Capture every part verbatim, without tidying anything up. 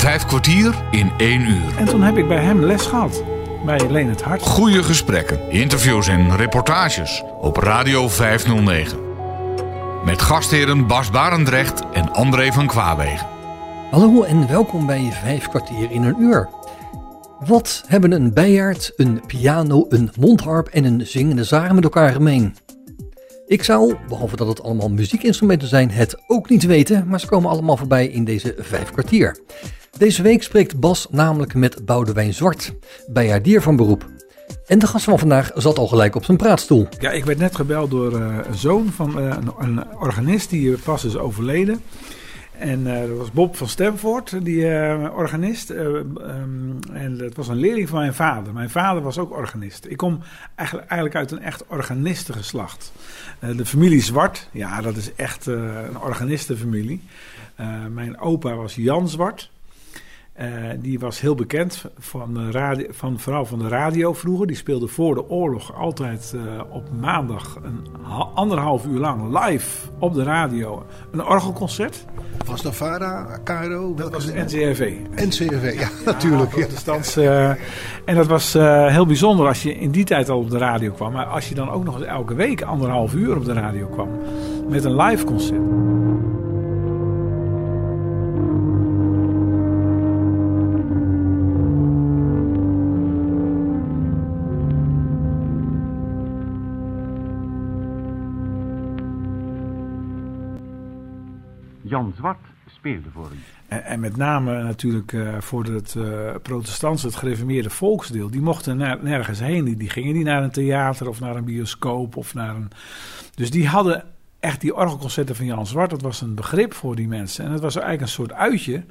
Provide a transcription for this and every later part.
Vijf kwartier in één uur. En toen heb ik bij hem les gehad. Bij Leen het Hart. Goede gesprekken, interviews en reportages op Radio vijfhonderdnegen. Met gastheren Bas Barendrecht en André van Kwaabegen. Hallo en welkom bij Vijf kwartier in een uur. Wat hebben een bijaard, een piano, een mondharp en een zingende zaar met elkaar gemeen? Ik zou, behalve dat het allemaal muziekinstrumenten zijn, het ook niet weten, maar ze komen allemaal voorbij in deze Vijf kwartier. Deze week spreekt Bas namelijk met Boudewijn Zwart, bijaardier van beroep. En de gast van vandaag zat al gelijk op zijn praatstoel. Ja, ik werd net gebeld door uh, een zoon van uh, een, een organist die uh, pas is overleden. En uh, dat was Bob van Stemvoort, die uh, organist. Uh, um, en dat was een leerling van mijn vader. Mijn vader was ook organist. Ik kom eigenlijk, eigenlijk uit een echt organistengeslacht. Uh, de familie Zwart, ja, dat is echt uh, een organistenfamilie. Uh, mijn opa was Jan Zwart. Uh, die was heel bekend van, de radio, van vooral van de radio vroeger. Die speelde voor de oorlog altijd uh, op maandag een ha- anderhalf uur lang live op de radio een orgelconcert. Was dat VARA, K R O? Dat was N C R V. N C R V, ja, ja natuurlijk. Ja, ja. Uh, en dat was uh, heel bijzonder als je in die tijd al op de radio kwam. Maar als je dan ook nog eens elke week anderhalf uur op de radio kwam met een live concert. Jan Zwart speelde voor u. En, en met name natuurlijk uh, voor het uh, protestantse, het gereformeerde volksdeel. Die mochten naar, nergens heen. Die, die gingen niet naar een theater of naar een bioscoop. Of naar een... Dus die hadden echt die orgelconcerten van Jan Zwart. Dat was een begrip voor die mensen. En het was eigenlijk een soort uitje.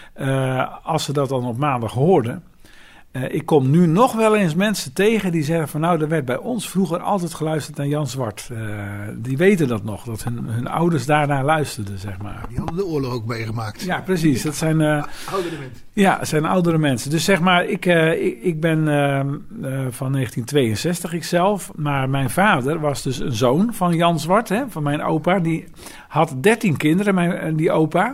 Uh, als ze dat dan op maandag hoorden. Uh, ik kom nu nog wel eens mensen tegen die zeggen van nou, er werd bij ons vroeger altijd geluisterd naar Jan Zwart. Uh, die weten dat nog, dat hun, hun ouders daarnaar luisterden, zeg maar. Die hadden de oorlog ook meegemaakt. Ja, precies. Dat zijn uh, oudere mensen. Ja, dat zijn oudere mensen. Dus zeg maar, ik, uh, ik, ik ben uh, uh, van negentien tweeënzestig ikzelf, maar mijn vader was dus een zoon van Jan Zwart, hè, van mijn opa. Die had dertien kinderen, mijn, die opa.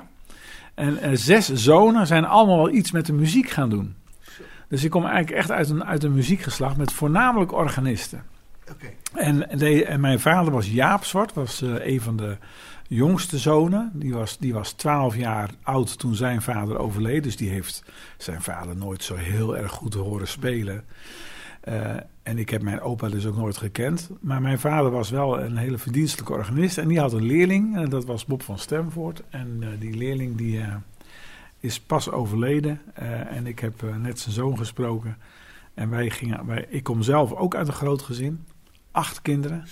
En uh, zes zonen zijn allemaal wel iets met de muziek gaan doen. Dus ik kom eigenlijk echt uit een, uit een muziekgeslacht met voornamelijk organisten. Okay. En, de, en mijn vader was Jaap Zwart, was uh, een van de jongste zonen. Die was, die was twaalf jaar oud toen zijn vader overleed. Dus die heeft zijn vader nooit zo heel erg goed horen spelen. Uh, en ik heb mijn opa dus ook nooit gekend. Maar mijn vader was wel een hele verdienstelijke organist. En die had een leerling, en dat was Bob van Stemvoort. En uh, die leerling die... Uh, is pas overleden uh, en ik heb uh, net zijn zoon gesproken. En wij gingen, wij, ik kom zelf ook uit een groot gezin. Acht kinderen.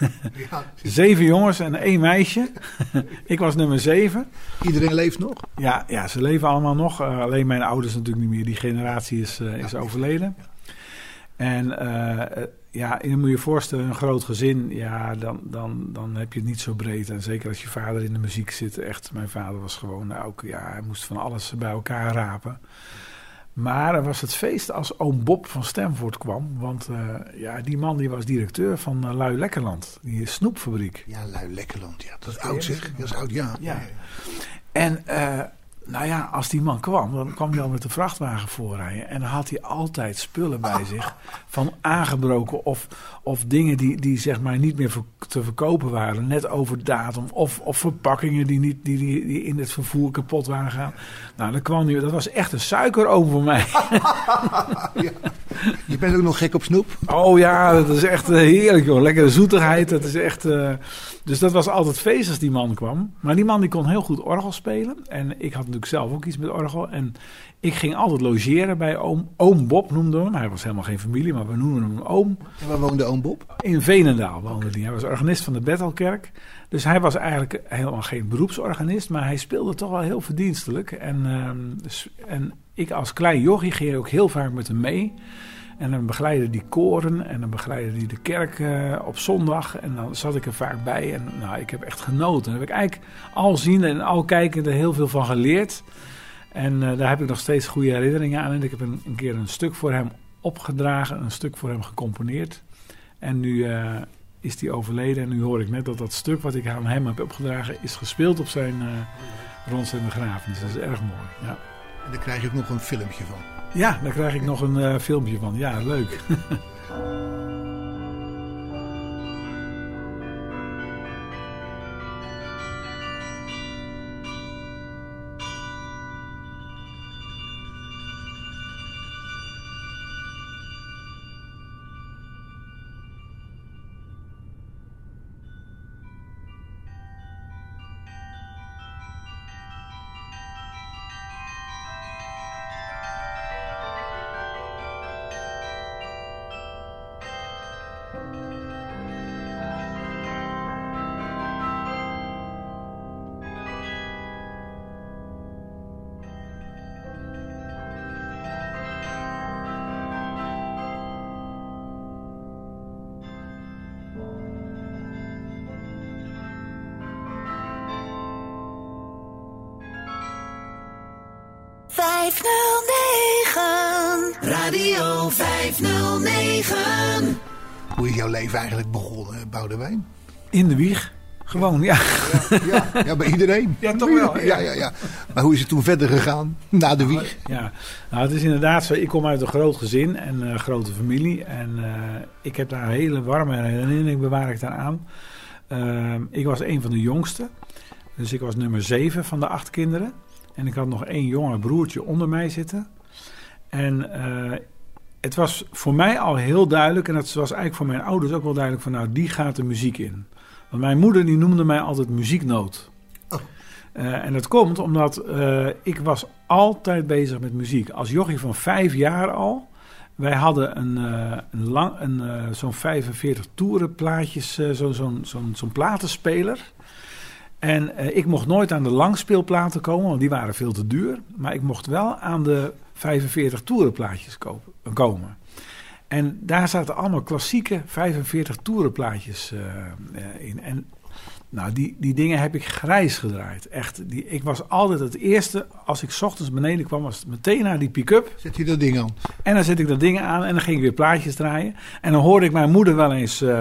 Ja. Zeven jongens en één meisje. Ik was nummer zeven. Iedereen leeft nog? Ja, ja ze leven allemaal nog. Uh, alleen mijn ouders natuurlijk niet meer. Die generatie is, uh, is ja, overleden. Ja. En uh, ja, je moet je voorstellen, een groot gezin, ja, dan, dan, dan heb je het niet zo breed. En zeker als je vader in de muziek zit, echt, mijn vader was gewoon, nou, ook, ja, hij moest van alles bij elkaar rapen. Maar er was het feest als oom Bob van Stemvoort kwam, want uh, ja, die man die was directeur van uh, Lui Lekkerland, die snoepfabriek. Ja, Lui Lekkerland, ja, dat is oud zeg, dat is oud, ja. ja. En uh, nou ja, als die man kwam, dan kwam hij al met de vrachtwagen voorrijden. En dan had hij altijd spullen bij zich van aangebroken of, of dingen die, die zeg maar niet meer ver, te verkopen waren. Net over datum of, of verpakkingen die, niet, die, die, die in het vervoer kapot waren gegaan. Nou, dan kwam hij, dat was echt een suikeroom voor mij. Ja. Je bent ook nog gek op snoep? Oh ja, dat is echt uh, heerlijk joh. Lekkere zoetigheid, dat is echt... Uh, dus dat was altijd feest als die man kwam. Maar die man die kon heel goed orgel spelen. En ik had natuurlijk zelf ook iets met orgel. En ik ging altijd logeren bij oom, oom Bob, noemden we hem. Hij was helemaal geen familie, maar we noemden hem oom. En waar woonde oom Bob? In Veenendaal woonde hij. Okay. Hij was organist van de Bethelkerk. Dus hij was eigenlijk helemaal geen beroepsorganist. Maar hij speelde toch wel heel verdienstelijk. En, uh, dus, en ik als klein jochie ging ook heel vaak met hem mee. En dan begeleidde die koren en dan begeleidde die de kerk uh, op zondag. En dan zat ik er vaak bij. En nou, ik heb echt genoten. Daar heb ik eigenlijk al zien en al kijkende heel veel van geleerd. En uh, daar heb ik nog steeds goede herinneringen aan. En ik heb een, een keer een stuk voor hem opgedragen, een stuk voor hem gecomponeerd. En nu uh, is hij overleden. En nu hoor ik net dat dat stuk wat ik aan hem heb opgedragen is gespeeld op zijn, uh, rond zijn begrafenis. Dat is erg mooi, ja. En daar krijg je ook nog een filmpje van. Ja, daar krijg ik nog een uh, filmpje van. Ja, leuk. vijfhonderdnegen Radio vijfhonderdnegen. Hoe is jouw leven eigenlijk begonnen, Boudewijn? In de wieg. Gewoon, ja. Ja, ja, ja, bij iedereen. Ja, toch wel. Ja. Ja, ja, ja. Maar hoe is het toen verder gegaan, na de wieg? Ja, nou, het is inderdaad zo. Ik kom uit een groot gezin en een uh, grote familie. En uh, ik heb daar hele warme herinneringen bewaar ik daar aan. Uh, ik was een van de jongsten. Dus ik was nummer zeven van de acht kinderen. En ik had nog één jonger broertje onder mij zitten. En uh, het was voor mij al heel duidelijk, en dat was eigenlijk voor mijn ouders ook wel duidelijk, van nou, die gaat de muziek in. Want mijn moeder die noemde mij altijd muzieknoot. Oh. Uh, en dat komt omdat uh, ik was altijd bezig met muziek. Als jochie van vijf jaar al. Wij hadden een, uh, een lang, een, uh, zo'n vijfenveertig toerenplaatjes, uh, zo, zo'n, zo'n, zo'n platenspeler. En uh, ik mocht nooit aan de langspeelplaten komen, want die waren veel te duur. Maar ik mocht wel aan de vijfenveertig toerenplaatjes kopen, komen. En daar zaten allemaal klassieke vijfenveertig toerenplaatjes uh, uh, in. En nou, die, die dingen heb ik grijs gedraaid. Echt, die, ik was altijd het eerste, als ik 's ochtends beneden kwam, was het meteen naar die pick-up. Zet je dat ding aan? En dan zet ik dat ding aan en dan ging ik weer plaatjes draaien. En dan hoorde ik mijn moeder wel eens uh,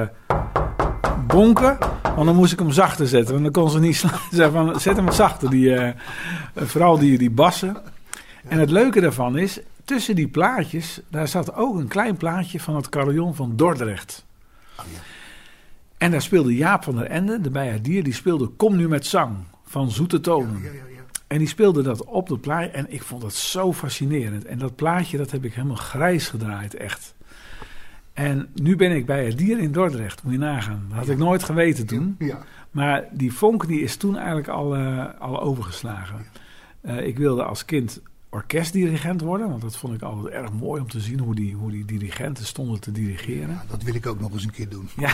bonken, want dan moest ik hem zachter zetten. Want dan kon ze niet slaan. Ze zei van, zet hem wat zachter, die, uh, vooral die, die bassen. En het leuke daarvan is, tussen die plaatjes, daar zat ook een klein plaatje van het carillon van Dordrecht. Oh ja. En daar speelde Jaap van der Ende, de bijaardier, die speelde Kom nu met zang van Zoete Tonen. Ja, ja, ja, ja. En die speelde dat op de plaatje en ik vond dat zo fascinerend. En dat plaatje, dat heb ik helemaal grijs gedraaid, echt. En nu ben ik bijaardier in Dordrecht, moet je nagaan. Dat had ja. ik nooit geweten toen. Ja. Maar die vonk die is toen eigenlijk al, uh, al overgeslagen. Ja. Uh, ik wilde als kind orkestdirigent worden, want dat vond ik altijd erg mooi om te zien hoe die, hoe die dirigenten stonden te dirigeren. Ja, dat wil ik ook nog eens een keer doen. Ja.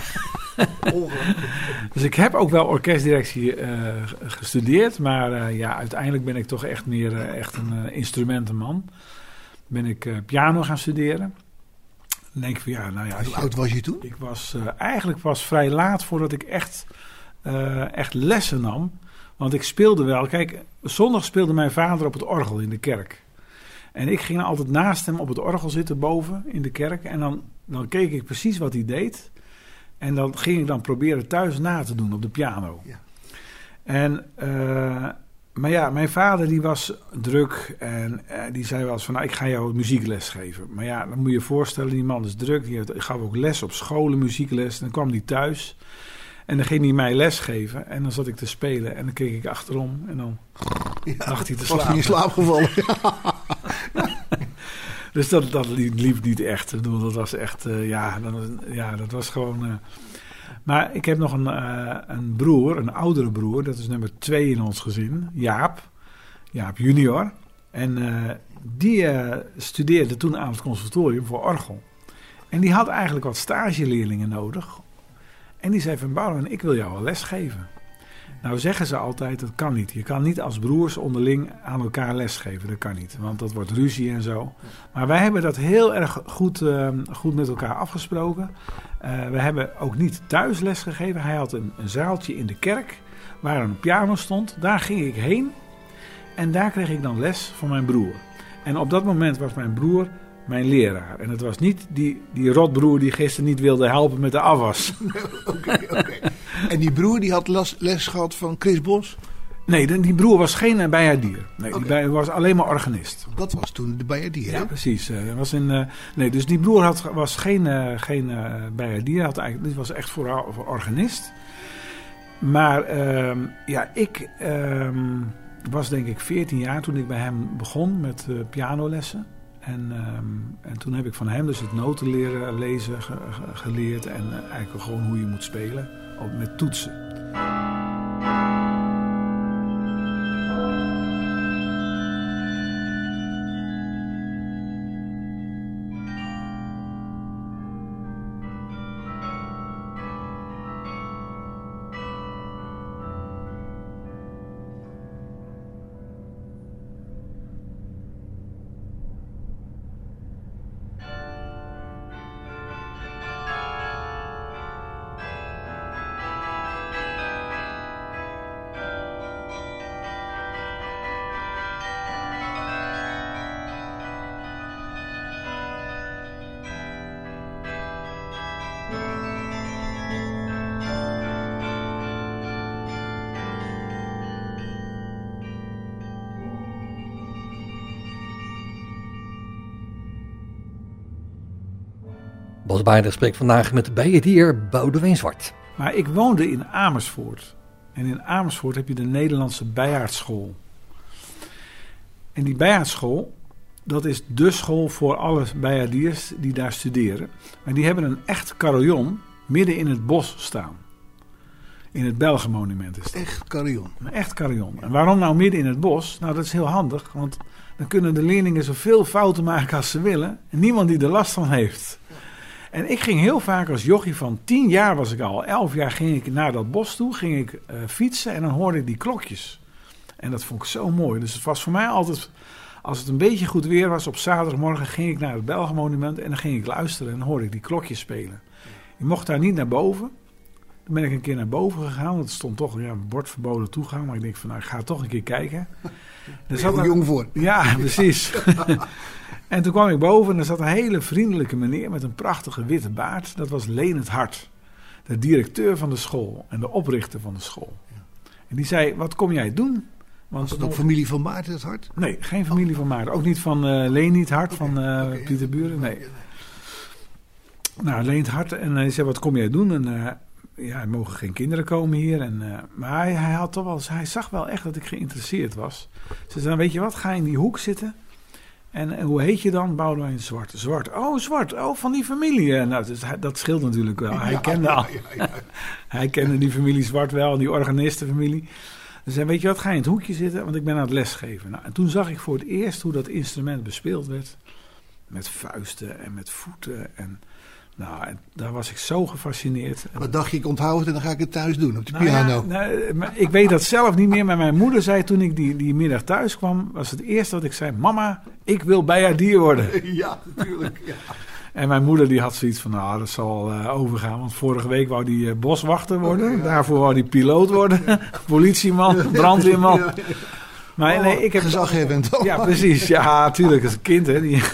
Dus ik heb ook wel orkestdirectie uh, gestudeerd, maar uh, ja, uiteindelijk ben ik toch echt meer uh, echt een uh, instrumentenman. Ben ik uh, piano gaan studeren. Dan denk ik van ja, nou ja. Hoe oud was je toen? Ik was uh, eigenlijk pas vrij laat voordat ik echt, uh, echt lessen nam. Want ik speelde wel. Kijk, zondag speelde mijn vader op het orgel in de kerk. En ik ging altijd naast hem op het orgel zitten boven in de kerk. En dan, dan keek ik precies wat hij deed. En dan ging ik dan proberen thuis na te doen op de piano. Ja. En, uh, maar ja, mijn vader die was druk. En uh, die zei wel eens van, nou, ik ga jou muziekles geven. Maar ja, dan moet je je voorstellen, die man is druk. Die gaf ook les op scholen, muziekles. En dan kwam hij thuis. En dan ging hij mij lesgeven. En dan zat ik te spelen. En dan keek ik achterom. En dan ja, dacht hij te slapen. Was hij in slaap gevallen. Dus dat, dat liep niet echt. Ik bedoel, dat was echt... Uh, ja, dan, ja, dat was gewoon... Uh... Maar ik heb nog een, uh, een broer. Een oudere broer. Dat is nummer twee in ons gezin. Jaap. Jaap junior. En uh, die uh, studeerde toen aan het conservatorium voor orgel. En die had eigenlijk wat stageleerlingen nodig. En die zei van, Boudewijn, ik wil jou wel les geven. Nou zeggen ze altijd, dat kan niet. Je kan niet als broers onderling aan elkaar lesgeven. Dat kan niet, want dat wordt ruzie en zo. Maar wij hebben dat heel erg goed, uh, goed met elkaar afgesproken. Uh, we hebben ook niet thuis les gegeven. Hij had een, een zaaltje in de kerk waar een piano stond. Daar ging ik heen en daar kreeg ik dan les van mijn broer. En op dat moment was mijn broer mijn leraar. En het was niet die, die rotbroer die gisteren niet wilde helpen met de afwas. Oké, oké. En die broer die had les, les gehad van Chris Bos? Nee, de, die broer was geen uh, bijaardier. Nee, Okay. die bij, was alleen maar organist. Dat was toen de bijaardier, hè? Ja, precies. Uh, was in, uh, nee, dus die broer had, was geen, uh, geen uh, bijaardier. Had eigenlijk, dit was echt voor, voor organist. Maar uh, ja, ik uh, was denk ik veertien jaar toen ik bij hem begon met uh, pianolessen. En, um, en toen heb ik van hem dus het noten leren lezen ge, ge, geleerd. En uh, eigenlijk gewoon hoe je moet spelen op, met toetsen. Bas Baarder spreekt vandaag met bijaardier Boudewijn Zwart. Maar ik woonde in Amersfoort. En in Amersfoort heb je de Nederlandse bijaardschool. En die bijaardschool, dat is de school voor alle bijaardiers die daar studeren. Maar die hebben een echt carillon midden in het bos staan. In het Belgenmonument is het. Echt carillon. Een echt carillon. En waarom nou midden in het bos? Nou, dat is heel handig, want dan kunnen de leerlingen zoveel fouten maken als ze willen. En niemand die er last van heeft. En ik ging heel vaak als jochie van tien jaar was ik al. elf jaar ging ik naar dat bos toe, ging ik uh, fietsen en dan hoorde ik die klokjes. En dat vond ik zo mooi. Dus het was voor mij altijd, als het een beetje goed weer was, op zaterdagmorgen ging ik naar het Belgenmonument en dan ging ik luisteren en dan hoorde ik die klokjes spelen. Je mocht daar niet naar boven. Dan ben ik een keer naar boven gegaan, want het stond toch ja, een bord verboden toegang. Maar ik denk van nou, ik ga toch een keer kijken. Er zat er jong voor. Ja, precies. En toen kwam ik boven en er zat een hele vriendelijke meneer met een prachtige witte baard. Dat was Leendert Hart, de directeur van de school en de oprichter van de school. En die zei, wat kom jij doen? Want Was het ook familie van Maarten het Hart? Nee, geen familie van Maarten. Ook niet van uh, Leendert Hart, okay, van uh, okay, Pieter Buren. Nee. Okay. Nou, Leendert Hart. En hij zei, wat kom jij doen? En uh, ja, er mogen geen kinderen komen hier. En, uh, maar hij, hij, had toch wel, hij zag wel echt dat ik geïnteresseerd was. Ze zei, weet je wat, ga in die hoek zitten. En, en hoe heet je dan? Boudewijn Zwart. Zwart. Oh, Zwart. Oh, van die familie. Nou, dus, dat scheelt natuurlijk wel. Hij, ja, kende al, ja, ja, ja. Hij kende die familie Zwart wel, die organistenfamilie. Dus hij, weet je wat, ga in het hoekje zitten, want ik ben aan het lesgeven. Nou, en toen zag ik voor het eerst hoe dat instrument bespeeld werd. Met vuisten en met voeten. En, nou, en daar was ik zo gefascineerd. Wat dacht je, ik onthoud het en dan ga ik het thuis doen op de nou piano. Ja, nou, maar ik weet dat zelf niet meer, maar mijn moeder zei toen ik die, die middag thuis kwam, was het eerste wat ik zei, mama, ik wil bijaardier worden. Ja, natuurlijk. Ja. En mijn moeder die had zoiets van, nou, dat zal uh, overgaan. Want vorige week wou die uh, boswachter worden. Okay, ja. Daarvoor wou die piloot worden. Politieman, brandweerman. Ja, ja, ja. Maar oh, nee, ik heb... Gezaghebbend. Ja, precies. Ja, natuurlijk. Als een kind, hè. Die...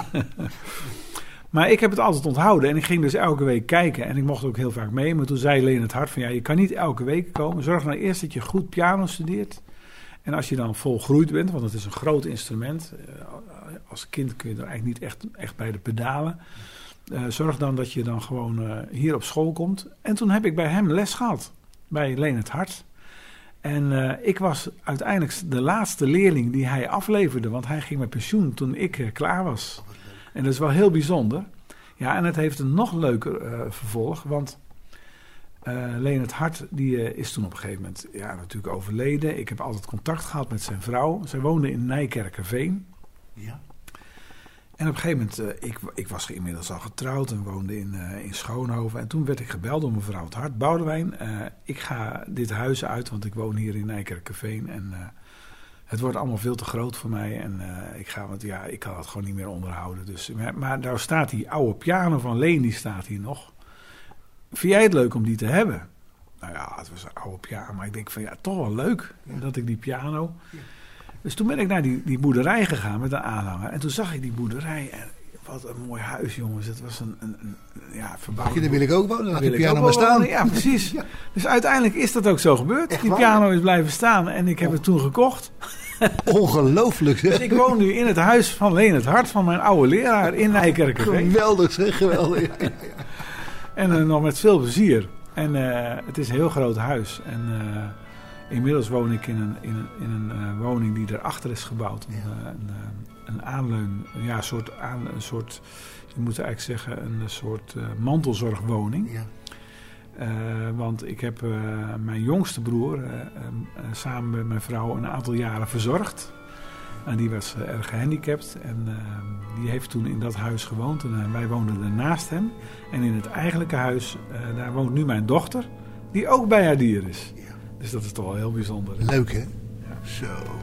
Maar ik heb het altijd onthouden. En ik ging dus elke week kijken. En ik mocht ook heel vaak mee. Maar toen zei Leendert Hart van, ja, je kan niet elke week komen. Zorg nou eerst dat je goed piano studeert. En als je dan volgroeid bent, want het is een groot instrument. Als kind kun je er eigenlijk niet echt, echt bij de pedalen. Uh, zorg dan dat je dan gewoon uh, hier op school komt. En toen heb ik bij hem les gehad. Bij Leendert Hart. En uh, ik was uiteindelijk de laatste leerling die hij afleverde. Want hij ging met pensioen toen ik uh, klaar was. En dat is wel heel bijzonder. Ja, en het heeft een nog leuker uh, vervolg. Want uh, Leendert Hart die, uh, is toen op een gegeven moment ja, natuurlijk overleden. Ik heb altijd contact gehad met zijn vrouw. Zij woonde in Nijkerkerveen. Ja. En op een gegeven moment, uh, ik, ik was inmiddels al getrouwd en woonde in, uh, in Schoonhoven. En toen werd ik gebeld door mevrouw het Hart. Boudewijn, uh, ik ga dit huis uit, want ik woon hier in Nijkerkerveen. En uh, het wordt allemaal veel te groot voor mij. En uh, ik ga, want ja, ik kan het gewoon niet meer onderhouden. Dus, maar, maar daar staat die oude piano van Leen, die staat hier nog. Vind jij het leuk om die te hebben? Nou ja, het was een oude piano, maar ik denk van ja, toch wel leuk ja. dat ik die piano... Ja. Dus toen ben ik naar die, die boerderij gegaan met een aanhanger. En toen zag ik die boerderij. En wat een mooi huis, jongens. Het was een, een, een ja, verbouwing. Daar wil ik ook wonen. Laat Wil die ik piano ook maar wel staan. wonen. Ja, precies. Ja. Dus uiteindelijk is dat ook zo gebeurd. Echt Die waar? piano is blijven staan en ik heb het toen gekocht. Ongelooflijk Dus zeg. ik woon nu in het huis van Leen het Hart van mijn oude leraar in Nijkerkerveen. Geweldig zeg, geweldig. Ja, ja, ja. En uh, nog met veel plezier. En uh, het is een heel groot huis. En uh, inmiddels woon ik in een, in een, in een uh, woning die erachter is gebouwd. Een, Ja. een, een, een aanleun, ja, een soort, aan, een soort, je moet eigenlijk zeggen, een soort uh, mantelzorgwoning. Ja. Uh, want ik heb uh, mijn jongste broer uh, uh, samen met mijn vrouw een aantal jaren verzorgd. En die was uh, erg gehandicapt en uh, die heeft toen in dat huis gewoond. En uh, wij woonden er naast hem. En in het eigenlijke huis, uh, daar woont nu mijn dochter, die ook bij haar dier is. Ja. Dus dat is toch wel heel bijzonder. Leuk hè? Zo.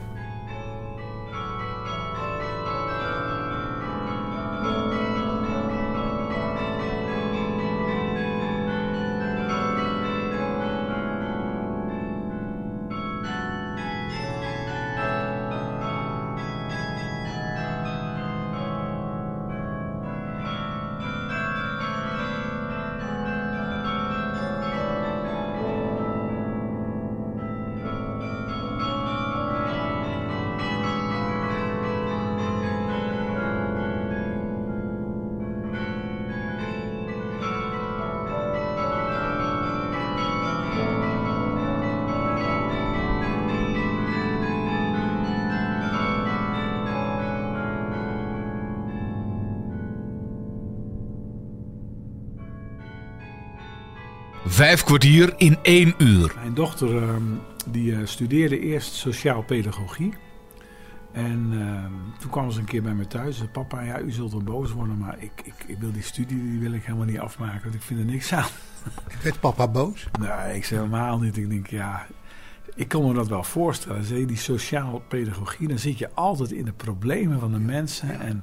Vijf kwartier in één uur. Mijn dochter uh, die uh, studeerde eerst sociaal pedagogie. En uh, toen kwam ze een keer bij me thuis en zei: papa, ja, u zult wel boos worden, maar ik, ik, ik wil die studie die wil ik helemaal niet afmaken, want ik vind er niks aan. Werd papa boos? Nee, ik zei helemaal niet. Ik denk, ja, ik kan me dat wel voorstellen. Ze zei, die sociaal pedagogie, dan zit je altijd in de problemen van de mensen. En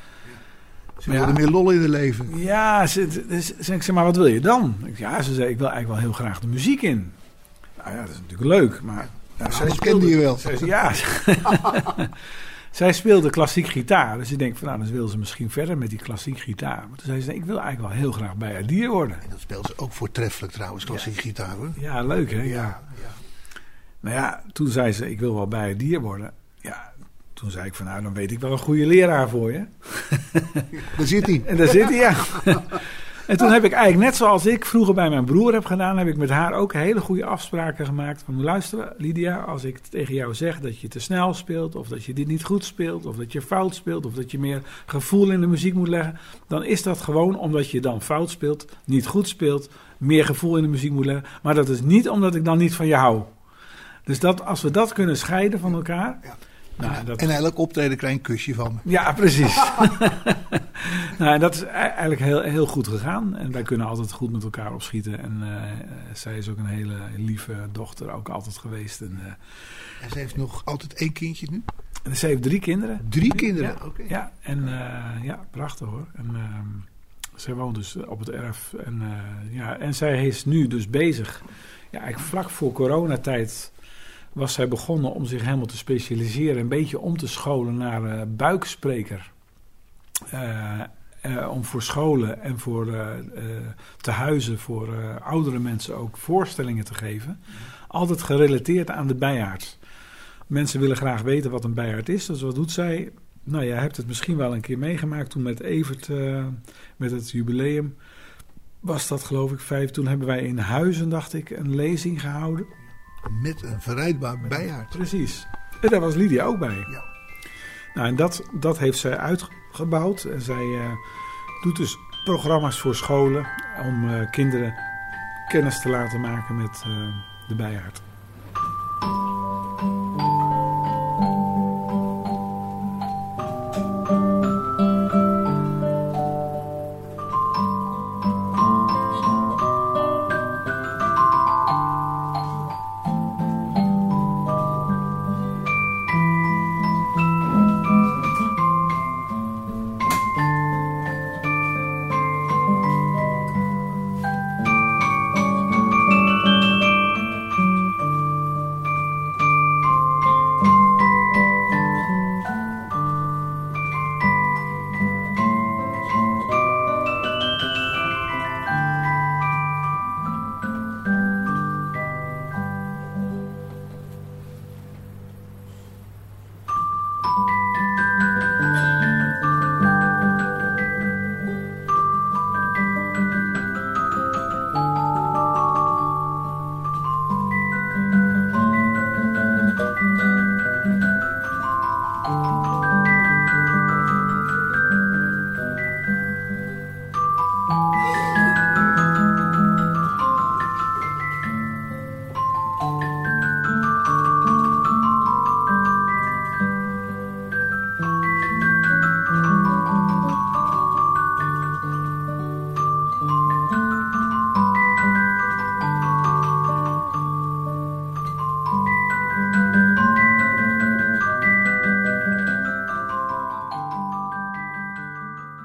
Ze wilden meer lol in het leven. ja, ze, dus, ze, ik zei, maar wat wil je dan? Ik, ja, ze zei, ik wil eigenlijk wel heel graag de muziek in. Nou ja, dat is natuurlijk leuk, maar... Nou, Zij kende je wel. Zij, ja, zij speelde klassiek gitaar. Dus ik denk van, nou, dan wil ze misschien verder met die klassiek gitaar. Maar toen zei ze, ik wil eigenlijk wel heel graag bij haar dier worden. En dat speelt ze ook voortreffelijk trouwens, klassiek ja. gitaar hoor. Ja, leuk hè? Ja. Ja, ja. Nou ja, toen zei ze, ik wil wel bij haar dier worden. Ja, toen zei ik van, nou, dan weet ik wel een goede leraar voor je. Daar zit hij. En daar zit hij, ja. En toen heb ik eigenlijk, net zoals ik vroeger bij mijn broer heb gedaan, heb ik met haar ook hele goede afspraken gemaakt. Van, luister Lydia, als ik tegen jou zeg dat je te snel speelt, of dat je dit niet goed speelt, of dat je fout speelt, of dat je meer gevoel in de muziek moet leggen, dan is dat gewoon omdat je dan fout speelt, niet goed speelt, meer gevoel in de muziek moet leggen. Maar dat is niet omdat ik dan niet van je hou. Dus dat, als we dat kunnen scheiden van elkaar... Ja. Nou, en, dat... en elk optreden krijg je een kusje van me. Ja, precies. Nou, dat is eigenlijk heel, heel goed gegaan. En wij kunnen altijd goed met elkaar opschieten. En uh, zij is ook een hele lieve dochter, ook altijd geweest. En, uh, en ze heeft nog altijd één kindje nu? En ze heeft drie kinderen. Drie kinderen? Ja, Oké. Okay. Ja, en uh, ja, prachtig hoor. En uh, zij woont dus op het erf. En, uh, ja, en zij is nu dus bezig. Ja, eigenlijk vlak voor coronatijd was zij begonnen om zich helemaal te specialiseren. Een beetje om te scholen naar uh, buikspreker. Uh, uh, om voor scholen en voor uh, uh, tehuizen voor uh, oudere mensen ook voorstellingen te geven. Altijd gerelateerd aan de bijaard. Mensen willen graag weten wat een bijaard is. Dus wat doet zij? Nou, jij hebt het misschien wel een keer meegemaakt toen met Evert, uh, met het jubileum. Was dat geloof ik vijf. Toen hebben wij in Huizen, dacht ik, een lezing gehouden. Met een verrijdbaar bijaard. Precies. En daar was Lydia ook bij. Ja. Nou, en dat, dat heeft zij uitgebouwd. En zij uh, doet dus programma's voor scholen om uh, kinderen kennis te laten maken met uh, de bijaard.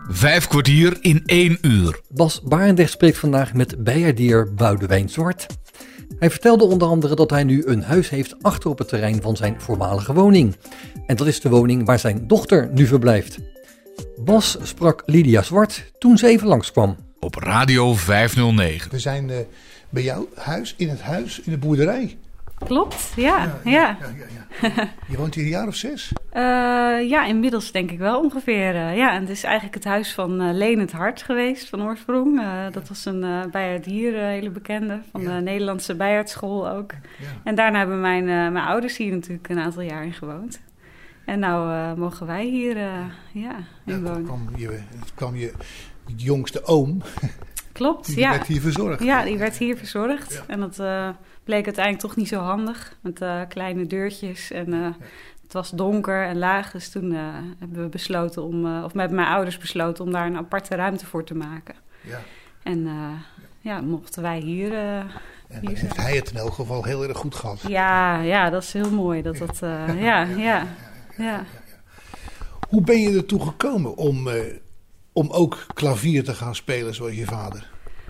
Vijf kwartier in één uur. Bas Barendrecht spreekt vandaag met bijaardier Boudewijn Zwart. Hij vertelde onder andere dat hij nu een huis heeft achter op het terrein van zijn voormalige woning. En dat is de woning waar zijn dochter nu verblijft. Bas sprak Lydia Zwart toen ze even langskwam. Op Radio vijfhonderdnegen. We zijn uh, bij jouw huis, in het huis, in de boerderij. Klopt, ja. ja, ja. ja, ja, ja. Je woont hier een jaar of zes? Uh, ja, inmiddels denk ik wel ongeveer. Uh, ja, en het is eigenlijk het huis van uh, Leen het Hart geweest, van oorsprong. Uh, dat was een uh, bijaardier, uh, hele bekende, van ja. de Nederlandse bijaardschool ook. Ja. En daarna hebben mijn, uh, mijn ouders hier natuurlijk een aantal jaar in gewoond. En nou uh, mogen wij hier uh, ja, in ja, wonen. Kwam je, kwam je jongste oom. Klopt, die ja. werd hier verzorgd. Ja, die werd hier verzorgd. Ja. En dat uh, bleek uiteindelijk toch niet zo handig. Met uh, kleine deurtjes en uh, ja. het was donker en laag. Dus toen uh, hebben we besloten om, uh, of met mijn ouders besloten om daar een aparte ruimte voor te maken. Ja. En uh, ja, mochten wij hier, uh, en hier heeft zijn. hij het in elk geval heel erg goed gehad. Ja, ja, dat is heel mooi. Dat dat, uh, ja, ja, ja, ja, ja. Hoe ben je ertoe gekomen om, uh, om ook klavier te gaan spelen zoals je vader?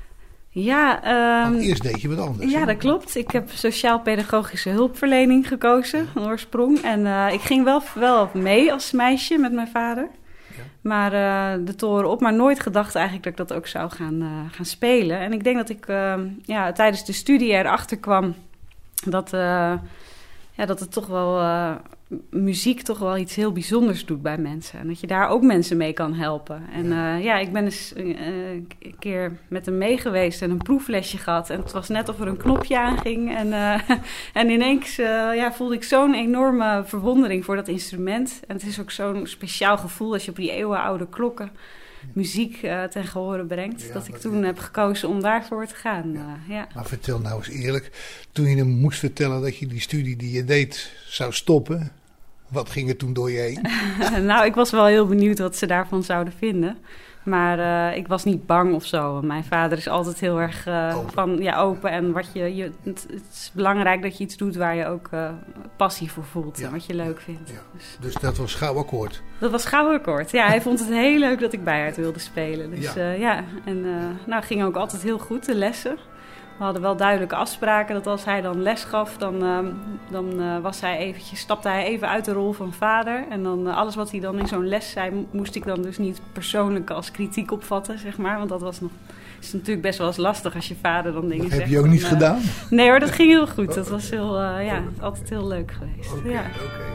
Ja, um, Want eerst deed je wat anders. Ja, hè? dat klopt. Ik heb sociaal-pedagogische hulpverlening gekozen, van oorsprong. En uh, ik ging wel, wel mee als meisje met mijn vader. Ja. Maar uh, de toren op, maar nooit gedacht eigenlijk dat ik dat ook zou gaan, uh, gaan spelen. En ik denk dat ik uh, ja, tijdens de studie erachter kwam dat, uh, ja, dat het toch wel... Uh, muziek toch wel iets heel bijzonders doet bij mensen. En dat je daar ook mensen mee kan helpen. En ja, uh, ja ik ben eens uh, een keer met hem mee geweest en een proeflesje gehad. En het was net of er een knopje aanging. En, uh, en ineens uh, ja, voelde ik zo'n enorme verwondering voor dat instrument. En het is ook zo'n speciaal gevoel als je op die eeuwenoude klokken muziek uh, ten gehore brengt. Ja, dat ik toen ja. heb gekozen om daarvoor te gaan. Ja. Uh, ja. Maar vertel nou eens eerlijk. Toen je hem moest vertellen dat je die studie die je deed zou stoppen. Wat ging er toen door je heen? Nou, ik was wel heel benieuwd wat ze daarvan zouden vinden. Maar uh, ik was niet bang of zo. Mijn vader is altijd heel erg uh, open. Van, ja, open. En wat je, je, het, het is belangrijk dat je iets doet waar je ook uh, passie voor voelt. Ja. En wat je leuk vindt. Ja. Dus. dus dat was gauw akkoord? Dat was gauw akkoord. Ja, hij vond het heel leuk dat ik bijaard wilde spelen. Dus ja, uh, ja. En uh, nou, ging ook altijd heel goed, de lessen. We hadden wel duidelijke afspraken dat als hij dan les gaf, dan, uh, dan uh, was hij eventjes, stapte hij even uit de rol van vader. En dan uh, alles wat hij dan in zo'n les zei, moest ik dan dus niet persoonlijk als kritiek opvatten, zeg maar. Want dat was nog, is natuurlijk best wel eens lastig als je vader dan dingen dat zegt. Heb je ook dan, niet uh, gedaan? Nee hoor, dat ging heel goed. Dat was heel, uh, ja, altijd heel leuk geweest. Oké, okay, ja. oké. Okay.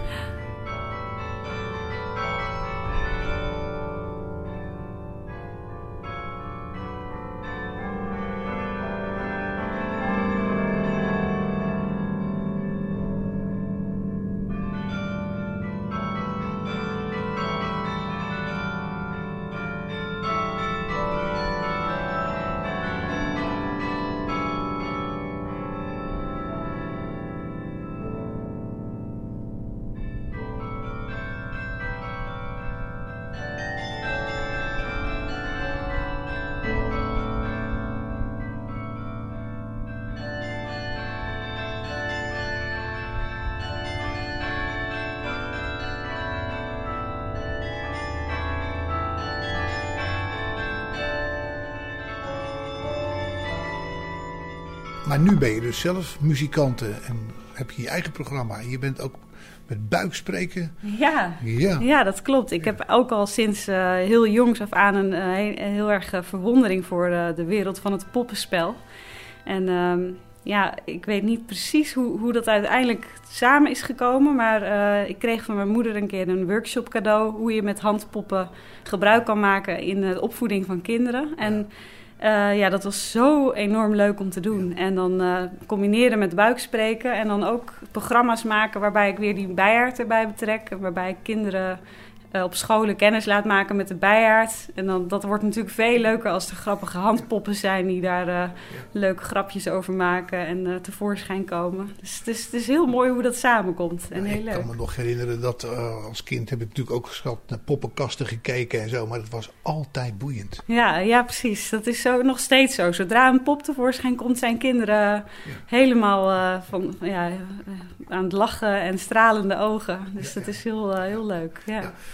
Maar nu ben je dus zelf muzikante en heb je je eigen programma. En je bent ook met buikspreken. Ja, ja. ja, dat klopt. Ik heb ook al sinds uh, heel jongs af aan een, uh, heel, heel erg uh, verwondering voor uh, de wereld van het poppenspel. En um, ja, ik weet niet precies hoe, hoe dat uiteindelijk samen is gekomen. Maar uh, ik kreeg van mijn moeder een keer een workshop cadeau. Hoe je met handpoppen gebruik kan maken in de opvoeding van kinderen. En Uh, ja, dat was zo enorm leuk om te doen. En dan uh, combineren met buikspreken en dan ook programma's maken waarbij ik weer die bijaard erbij betrek. Waarbij ik kinderen uh, op scholen kennis laat maken met de bijaard. En dan, dat wordt natuurlijk veel leuker als er grappige handpoppen zijn die daar uh, ja. leuke grapjes over maken en uh, tevoorschijn komen. Dus het is, het is heel mooi hoe dat samenkomt en ja, heel ik leuk. Ik kan me nog herinneren dat uh, als kind heb ik natuurlijk ook schat naar poppenkasten gekeken en zo. Maar het was altijd boeiend. Ja, ja, precies. Dat is zo, nog steeds zo. Zodra een pop tevoorschijn komt, zijn kinderen ja. helemaal uh, van, ja, uh, aan het lachen en stralende ogen. Dus ja, dat ja. is heel, uh, heel leuk. Ja. Ja.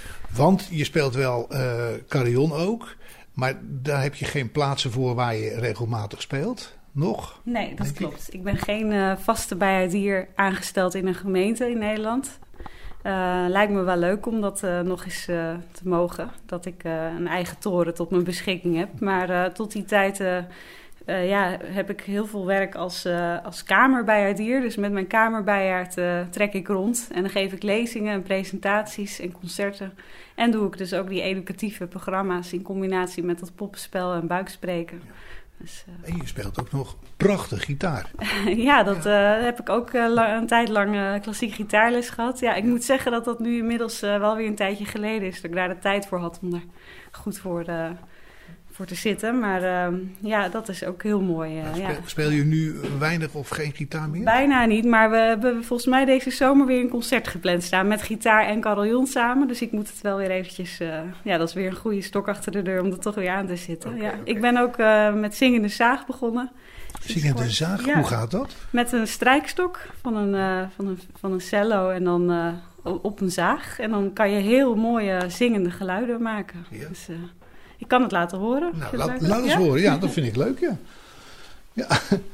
Want je speelt wel uh, carillon ook. Maar daar heb je geen plaatsen voor waar je regelmatig speelt. Nog? Nee, dat klopt. Ik. ik ben geen uh, vaste bijaardier aangesteld in een gemeente in Nederland. Uh, lijkt me wel leuk om dat uh, nog eens uh, te mogen. Dat ik uh, een eigen toren tot mijn beschikking heb. Maar uh, tot die tijd uh, uh, ja, heb ik heel veel werk als, uh, als kamerbijaardier. Dus met mijn kamerbijaard uh, trek ik rond. En dan geef ik lezingen en presentaties en concerten. En doe ik dus ook die educatieve programma's in combinatie met dat poppenspel en buikspreken. Ja. Dus, uh... En je speelt ook nog prachtig gitaar. ja, dat ja. Uh, heb ik ook uh, lang, een tijd lang uh, klassiek gitaarles gehad. Ja, ik ja. moet zeggen dat dat nu inmiddels uh, wel weer een tijdje geleden is. Dat ik daar de tijd voor had om er goed voor, uh, voor te zitten. Maar uh, ja, dat is ook heel mooi. Uh, speel, ja. speel je nu weinig of geen gitaar meer? Bijna niet, maar we hebben volgens mij deze zomer weer een concert gepland staan. Met gitaar en carillon samen. Dus ik moet het wel weer eventjes... Uh, ja, dat is weer een goede stok achter de deur om er toch weer aan te zitten. Okay, ja. okay. Ik ben ook uh, met Zingende Zaag begonnen. Zingende Zaag? Ja. Hoe gaat dat? Met een strijkstok van een, uh, van een, van een cello en dan uh, op een zaag. En dan kan je heel mooie zingende geluiden maken. Ja. Dus, uh, ik kan het laten horen. Nou, laat, laat eens ja? horen. Ja, dat vind ik leuk, ja. Ja.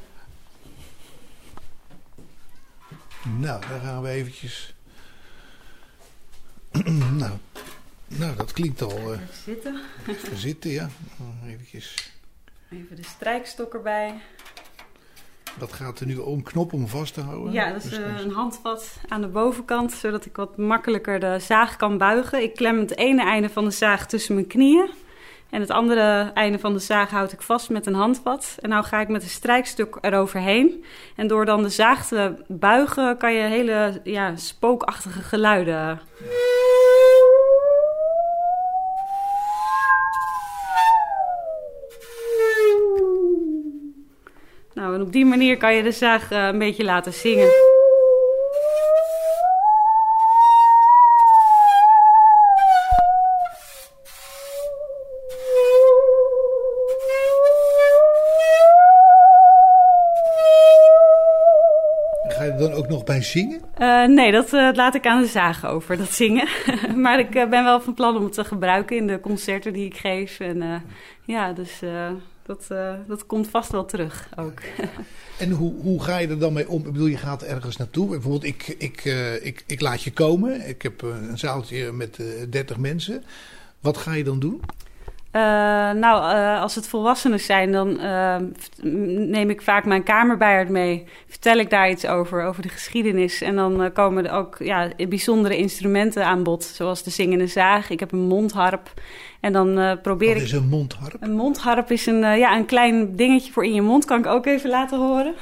Nou, dan gaan we eventjes... nou, nou, dat klinkt al... Uh... Even zitten. Even zitten, ja. Eventjes... Even de strijkstok erbij. Dat gaat er nu om een knop om vast te houden? Ja, dat is dus een handvat aan de bovenkant, zodat ik wat makkelijker de zaag kan buigen. Ik klem het ene einde van de zaag tussen mijn knieën. En het andere einde van de zaag houd ik vast met een handvat. En nou ga ik met een strijkstok eroverheen. En door dan de zaag te buigen kan je hele ja, spookachtige geluiden... Nou, en op die manier kan je de zaag uh, een beetje laten zingen. Ga je er dan ook nog bij zingen? Uh, nee, dat uh, laat ik aan de zaag over, dat zingen. Maar ik uh, ben wel van plan om het te gebruiken in de concerten die ik geef. En uh, ja, dus... Uh, Dat, uh, dat komt vast wel terug ook. En hoe, hoe ga je er dan mee om? Ik bedoel, je gaat ergens naartoe. Bijvoorbeeld, ik, ik, uh, ik, ik laat je komen. Ik heb een zaaltje met uh, dertig mensen. Wat ga je dan doen? Uh, nou, uh, als het volwassenen zijn, dan uh, neem ik vaak mijn kamerbijaard mee. Vertel ik daar iets over, over de geschiedenis. En dan uh, komen er ook ja, bijzondere instrumenten aan bod. Zoals de zingende zaag. Ik heb een mondharp. En dan uh, probeer ik... Wat is een mondharp? Een mondharp is een, uh, ja, een klein dingetje voor in je mond. Kan ik ook even laten horen.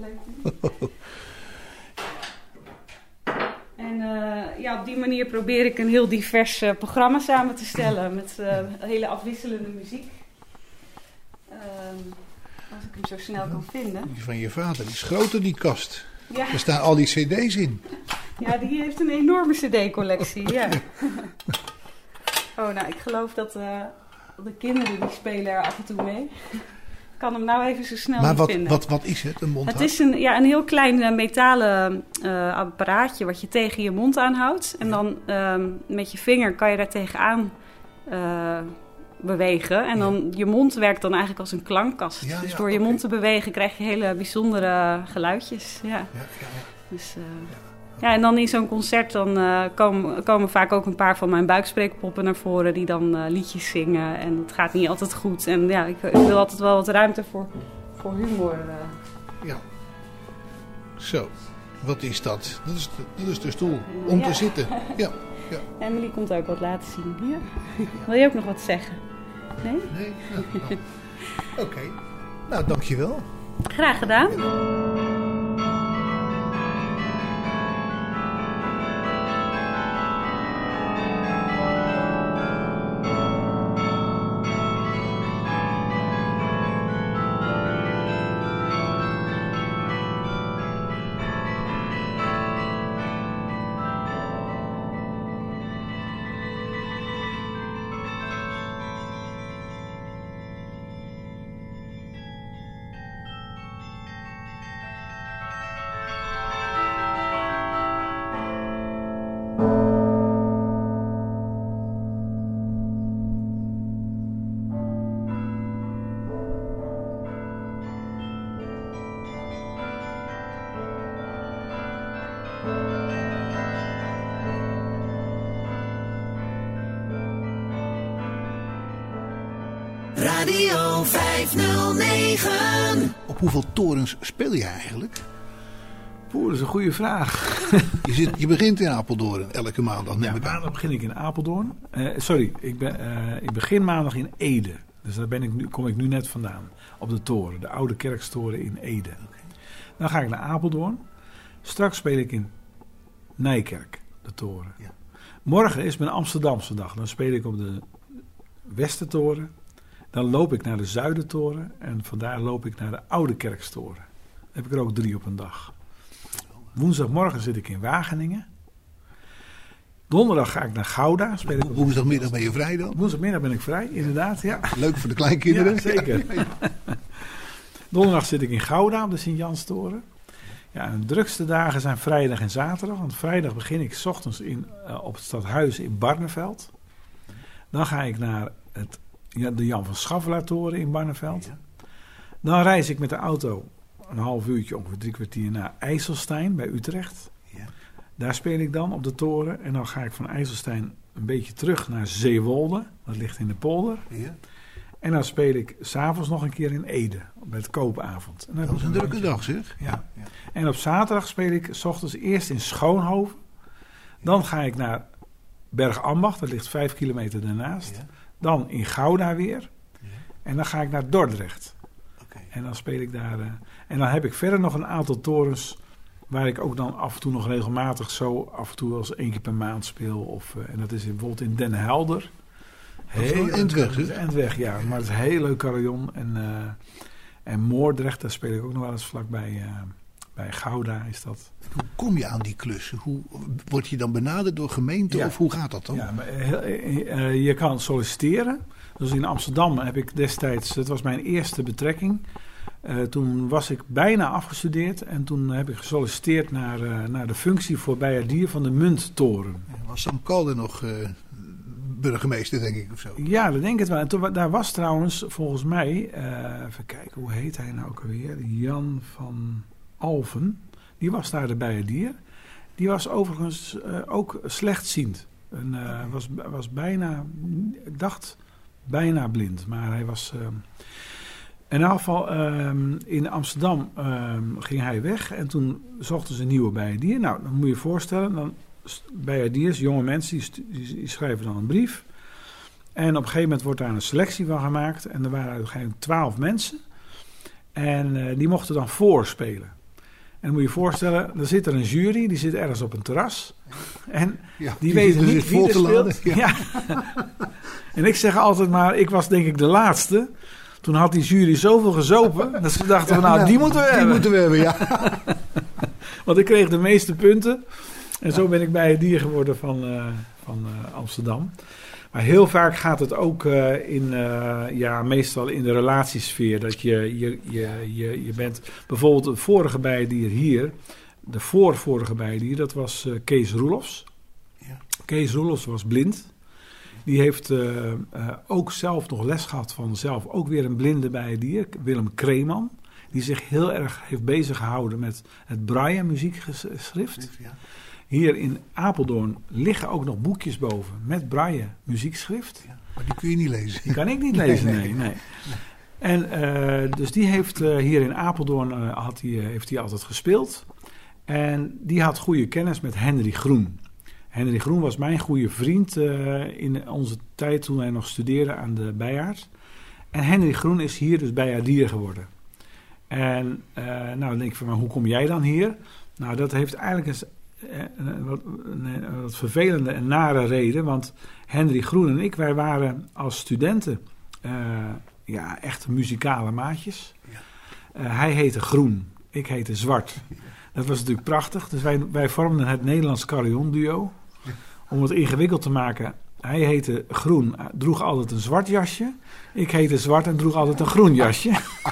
En uh, ja, op die manier probeer ik een heel divers uh, programma samen te stellen. Met uh, hele afwisselende muziek. Uh, als ik hem zo snel kan vinden. Die van je vader, die is groter, die kast. Ja. Er staan al die cd's in. Ja, die heeft een enorme cd-collectie, ja. Oh, nou, ik geloof dat uh, de kinderen die spelen er af en toe mee. Ik kan hem nou even zo snel maar niet wat, vinden. Maar wat, wat is het, een mondharp? Het is een, ja, een heel klein uh, metalen uh, apparaatje wat je tegen je mond aanhoudt. En dan uh, met je vinger kan je daar tegenaan uh, bewegen. En dan je mond werkt dan eigenlijk als een klankkast. Ja, dus ja, door je okay. mond te bewegen krijg je hele bijzondere geluidjes. Ja, ja, ja, ja. Dus... Uh, ja. Ja, en dan in zo'n concert dan, uh, komen, komen vaak ook een paar van mijn buikspreekpoppen naar voren die dan uh, liedjes zingen. En het gaat niet altijd goed. En ja, ik, ik wil altijd wel wat ruimte voor, voor humor. Uh. Ja. Zo, wat is dat? Dat is de, dat is de stoel om ja. te zitten. Ja, ja. Emily komt ook wat laten zien. Ja. Wil je ook nog wat zeggen? Nee? Nee? Nou, nou. Oké. Okay. Nou, dankjewel. Graag gedaan. Ja. Radio vijfhonderdnegen. Op hoeveel torens speel je eigenlijk? Poeh, dat is een goede vraag. Je, zit, je begint in Apeldoorn elke maandag, neem Ja, ik aan. maandag begin ik in Apeldoorn. Uh, sorry, ik, ben, uh, ik begin maandag in Ede. Dus daar ben ik nu, kom ik nu net vandaan. Op de toren, de oude kerkstoren in Ede. Okay. Dan ga ik naar Apeldoorn. Straks speel ik in Nijkerk, de toren. Ja. Morgen is mijn Amsterdamse dag. Dan speel ik op de Westertoren. Dan loop ik naar de Zuidertoren. En vandaar loop ik naar de Oude Kerkstoren. Dan heb ik er ook drie op een dag. Woensdagmorgen zit ik in Wageningen. Donderdag ga ik naar Gouda. Speel ik op... Woensdagmiddag ben je vrij dan? Woensdagmiddag ben ik vrij, inderdaad. Ja. Leuk voor de kleinkinderen. Ja, zeker. Ja, ja, ja. Donderdag zit ik in Gouda op de Sint-Janstoren. Ja, de drukste dagen zijn vrijdag en zaterdag. Want vrijdag begin ik 's ochtends in, uh, op het stadhuis in Barneveld. Dan ga ik naar het, ja, de Jan van Schaffelaartoren in Barneveld. Dan reis ik met de auto een half uurtje, ongeveer drie kwartier, naar IJsselstein bij Utrecht. Daar speel ik dan op de toren. En dan ga ik van IJsselstein een beetje terug naar Zeewolde. Dat ligt in de polder. En dan speel ik 's avonds nog een keer in Ede, bij het koopavond. En dan dat is een drukke dag, zeg. Ja. Ja. En op zaterdag speel ik 's ochtends eerst in Schoonhoven. Dan ga ik naar Bergambacht, dat ligt vijf kilometer daarnaast. Ja. Dan in Gouda weer. Ja. En dan ga ik naar Dordrecht. Okay. En dan speel ik daar. Uh, en dan heb ik verder nog een aantal torens waar ik ook dan af en toe nog regelmatig zo af en toe als één keer per maand speel. Of, uh, en dat is in, bijvoorbeeld in Den Helder. Heel Endweg, hè? Endweg, ja. Maar het is een heel leuk carillon. En, uh, en Moordrecht, daar speel ik ook nog wel eens vlakbij. Uh, bij Gouda is dat. Hoe kom je aan die klussen? Hoe, word je dan benaderd door gemeenten ja. of hoe gaat dat dan? Ja, maar, uh, uh, je kan solliciteren. Dus in Amsterdam heb ik destijds, dat was mijn eerste betrekking. Uh, toen was ik bijna afgestudeerd en toen heb ik gesolliciteerd naar, uh, naar de functie voor bijaardier van de Munttoren. Ja, was Sam Calder nog uh, burgemeester, denk ik, of zo? Ja, dat denk ik het wel. En toen, daar was trouwens volgens mij, uh, even kijken, hoe heet hij nou ook alweer? Jan van Alphen. Die was daar de bijaardier. Die was overigens uh, ook slechtziend. En, uh, was, was bijna, ik dacht bijna blind, maar hij was... Uh, in ieder geval, um, in Amsterdam um, ging hij weg en toen zochten ze een nieuwe bijaardier. Nou, dan moet je je voorstellen, dan bijaardiers, jonge mensen, die, die, die schrijven dan een brief. En op een gegeven moment wordt daar een selectie van gemaakt. En er waren uiteindelijk twaalf mensen. En uh, die mochten dan voorspelen. En dan moet je je voorstellen, er zit er een jury, die zit ergens op een terras. En ja, die, die weten niet wie er speelt. Ja. Ja. En ik zeg altijd maar, ik was denk ik de laatste. Toen had die jury zoveel gezopen, dat ze dachten, ja, van, nou, ja, die moeten we die hebben. Die moeten we hebben, ja. Want ik kreeg de meeste punten. En zo ben ik bijaardier geworden van, uh, van uh, Amsterdam. Maar heel vaak gaat het ook uh, in, uh, ja, meestal in de relatiesfeer. Dat je, je, je, je, je bent, bijvoorbeeld de vorige bijaardier hier, de voorvorige bijaardier, dat was uh, Kees Roelofs. Ja. Kees Roelofs was blind. Die heeft uh, uh, ook zelf nog les gehad van zelf ook weer een blinde bijaardier, Willem Kreeman. Die zich heel erg heeft bezig gehouden met het braille muziekschrift. Ja. Hier in Apeldoorn liggen ook nog boekjes boven met braille muziekschrift. Ja, maar die kun je niet lezen. Die kan ik niet lezen, nee. nee, nee. En uh, dus die heeft uh, hier in Apeldoorn uh, had die, uh, heeft hij altijd gespeeld. En die had goede kennis met Henry Groen. Henry Groen was mijn goede vriend uh, in onze tijd toen hij nog studeerde aan de Bijaard. En Henry Groen is hier dus bijaardier geworden. En uh, nou dan denk ik van, maar hoe kom jij dan hier? Nou, dat heeft eigenlijk een, een, een, wat, een wat vervelende en nare reden. Want Henry Groen en ik, wij waren als studenten uh, ja, echt muzikale maatjes. Ja. Uh, hij heette Groen, ik heette Zwart. Dat was natuurlijk prachtig. Dus wij, wij vormden het Nederlands carillon-duo. Om het ingewikkeld te maken. Hij heette Groen, droeg altijd een zwart jasje. Ik heette Zwart en droeg altijd een groen jasje.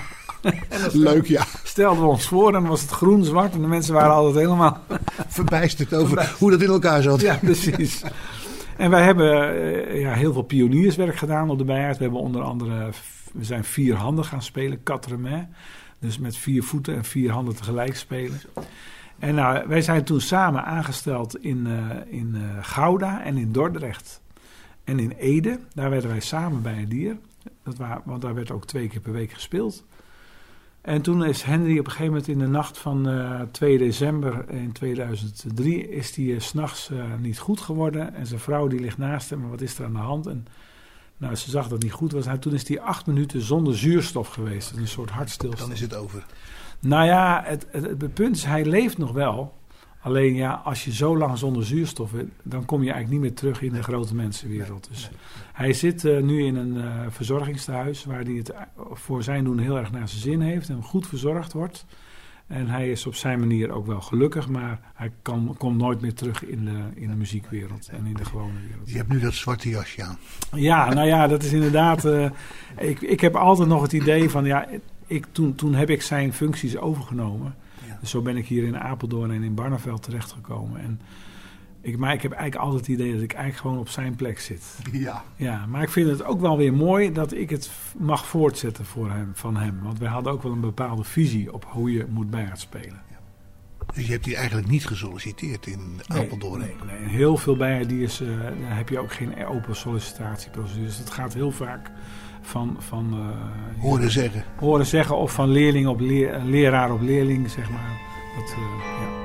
Leuk, ja. Stelden we ons voor en dan was het groen-zwart. En de mensen waren altijd helemaal... verbijsterd over verbijsterd. Hoe dat in elkaar zat. Ja, precies. En wij hebben uh, ja, heel veel pionierswerk gedaan op de Bijaard. We hebben onder andere... We zijn vier handen gaan spelen, quatre-mains. Dus met vier voeten en vier handen tegelijk spelen. En nou, wij zijn toen samen aangesteld in, uh, in uh, Gouda en in Dordrecht. En in Ede, daar werden wij samen bijaardier. Dat wa- want daar werd ook twee keer per week gespeeld. En toen is Henry op een gegeven moment in de nacht van uh, twee december in tweeduizend drie... is hij uh, 's nachts uh, niet goed geworden. En zijn vrouw die ligt naast hem, maar wat is er aan de hand? En nou, ze zag dat het niet goed was. En toen is hij acht minuten zonder zuurstof geweest. Dat is een soort hartstilstand. Dan is het over. Nou ja, het, het, het punt is, hij leeft nog wel. Alleen ja, als je zo lang zonder zuurstof bent, dan kom je eigenlijk niet meer terug in de grote mensenwereld. Dus hij zit uh, nu in een uh, verzorgingstehuis waar hij het voor zijn doen heel erg naar zijn zin heeft en goed verzorgd wordt. En hij is op zijn manier ook wel gelukkig, maar hij kan, komt nooit meer terug in de, in de muziekwereld en in de gewone wereld. Je hebt nu dat zwarte jasje aan. Ja, nou ja, dat is inderdaad... Uh, ik, ik heb altijd nog het idee van, ja, ik, toen, toen heb ik zijn functies overgenomen. Ja. Dus zo ben ik hier in Apeldoorn en in Barneveld terechtgekomen. En ik, maar ik heb eigenlijk altijd het idee dat ik eigenlijk gewoon op zijn plek zit. Ja. Ja, maar ik vind het ook wel weer mooi dat ik het mag voortzetten voor hem, van hem. Want wij hadden ook wel een bepaalde visie op hoe je moet bijaard spelen. Ja. Dus je hebt hier eigenlijk niet gesolliciteerd in Apeldoorn? Nee, nee, nee. Heel veel bijaardiers uh, daar heb je ook geen open sollicitatieprocedure. Dus het gaat heel vaak van... van uh, horen ja, zeggen. Horen zeggen of van leerling op leer, leraar op leerling, zeg maar. Dat, uh, ja.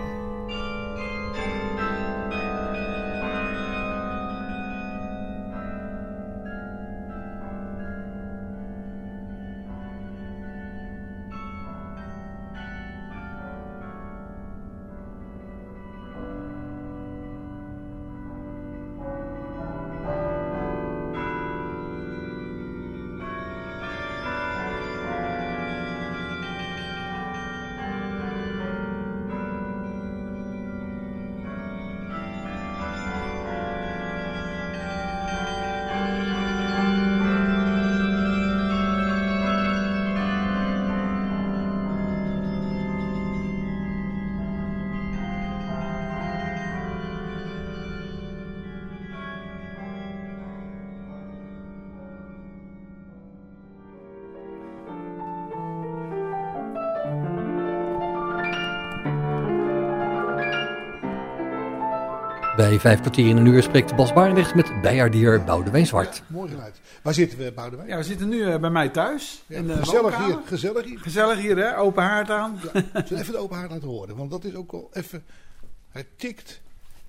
Bij vijf kwartier in een uur spreekt Bas Barendrecht met bijaardier Boudewijn Zwart. Ja, mooi geluid. Waar zitten we, Boudewijn? Ja, we zitten nu uh, bij mij thuis. Ja, in de gezellig woonkamer. hier, gezellig hier. Gezellig hier, hè? Open haard aan. Ja, zullen we even de open haard laten horen? Want dat is ook wel even... Hij tikt.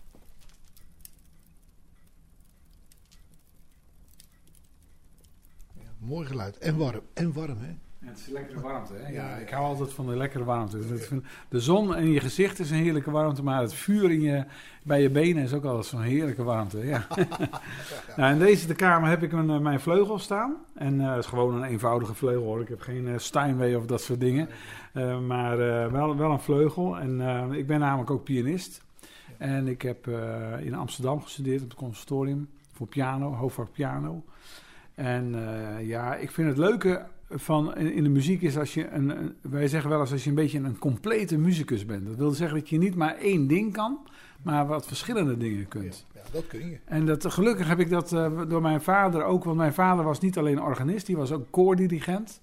Ja, mooi geluid. En warm. En warm, hè? Ja, het is lekkere warmte, hè? Ja, ik hou altijd van de lekkere warmte. De zon in je gezicht is een heerlijke warmte, maar het vuur in je, bij je benen is ook altijd zo'n heerlijke warmte. Ja. Nou, in deze kamer heb ik mijn, mijn vleugel staan. En uh, het is gewoon een eenvoudige vleugel, hoor. Ik heb geen uh, Steinway of dat soort dingen. Uh, maar uh, wel, wel een vleugel. En uh, ik ben namelijk ook pianist. En ik heb uh, in Amsterdam gestudeerd op het conservatorium voor piano, hoofdvak piano. En uh, ja, ik vind het leuke van in de muziek is als je een, een, wij zeggen wel eens als je een beetje een complete muzikus bent. Dat wil zeggen dat je niet maar één ding kan, maar wat verschillende dingen kunt. Ja, ja, dat kun je. En dat, gelukkig heb ik dat uh, door mijn vader ook, want mijn vader was niet alleen organist, die was ook koordirigent.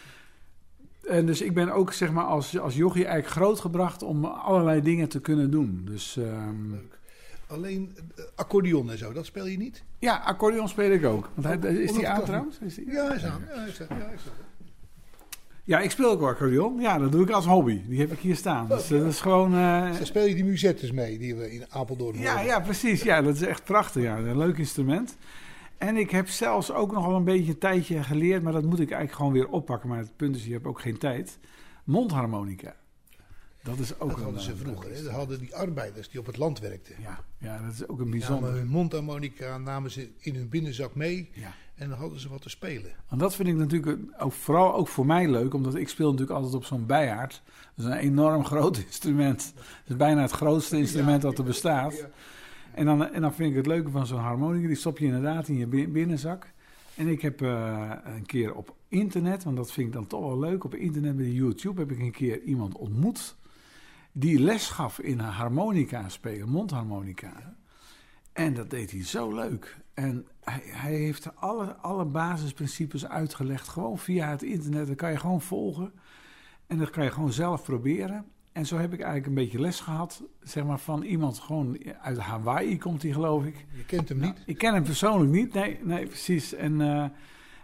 En dus ik ben ook zeg maar als, als jochie eigenlijk grootgebracht om allerlei dingen te kunnen doen. Dus, um, leuk. Alleen uh, accordeon en zo, dat speel je niet? Ja, accordeon speel ik ook. Want hij, is die aan trouwens? Is die? Ja, hij is aan. Ja, hij is aan. Ja, hij is aan. Ja, ik speel ook accordeon. Ja, dat doe ik als hobby. Die heb ik hier staan. Dus dat is gewoon... Uh... Dus dan speel je die musettes mee die we in Apeldoorn ja, horen. ja, precies. Ja, dat is echt prachtig. Ja. Een leuk instrument. En ik heb zelfs ook nog wel een beetje een tijdje geleerd, maar dat moet ik eigenlijk gewoon weer oppakken. Maar het punt is, je hebt ook geen tijd. Mondharmonica. Dat is ook dat een... hadden ze vroeger. Hè? Dat hadden die arbeiders die op het land werkten. Ja, ja dat is ook een Die bijzonder... namen hun mondharmonica namen ze in hun binnenzak mee. Ja. En dan hadden ze wat te spelen. En dat vind ik natuurlijk ook, vooral ook voor mij leuk, omdat ik speel natuurlijk altijd op zo'n bijaard. Dat is een enorm groot instrument. Het is bijna het grootste instrument ja, dat er bestaat. Ja, ja. En, dan, en dan vind ik het leuke van zo'n harmonica, die stop je inderdaad in je binnenzak. En ik heb uh, een keer op internet, want dat vind ik dan toch wel leuk, op internet met YouTube heb ik een keer iemand ontmoet die les gaf in harmonica spelen, mondharmonica. Ja. En dat deed hij zo leuk. En hij, hij heeft alle, alle basisprincipes uitgelegd, gewoon via het internet. Dat kan je gewoon volgen en dat kan je gewoon zelf proberen. En zo heb ik eigenlijk een beetje les gehad, zeg maar, van iemand gewoon uit Hawaii komt hij, geloof ik. Je kent hem nou, niet? Ik ken hem persoonlijk niet, nee, nee precies. En, uh,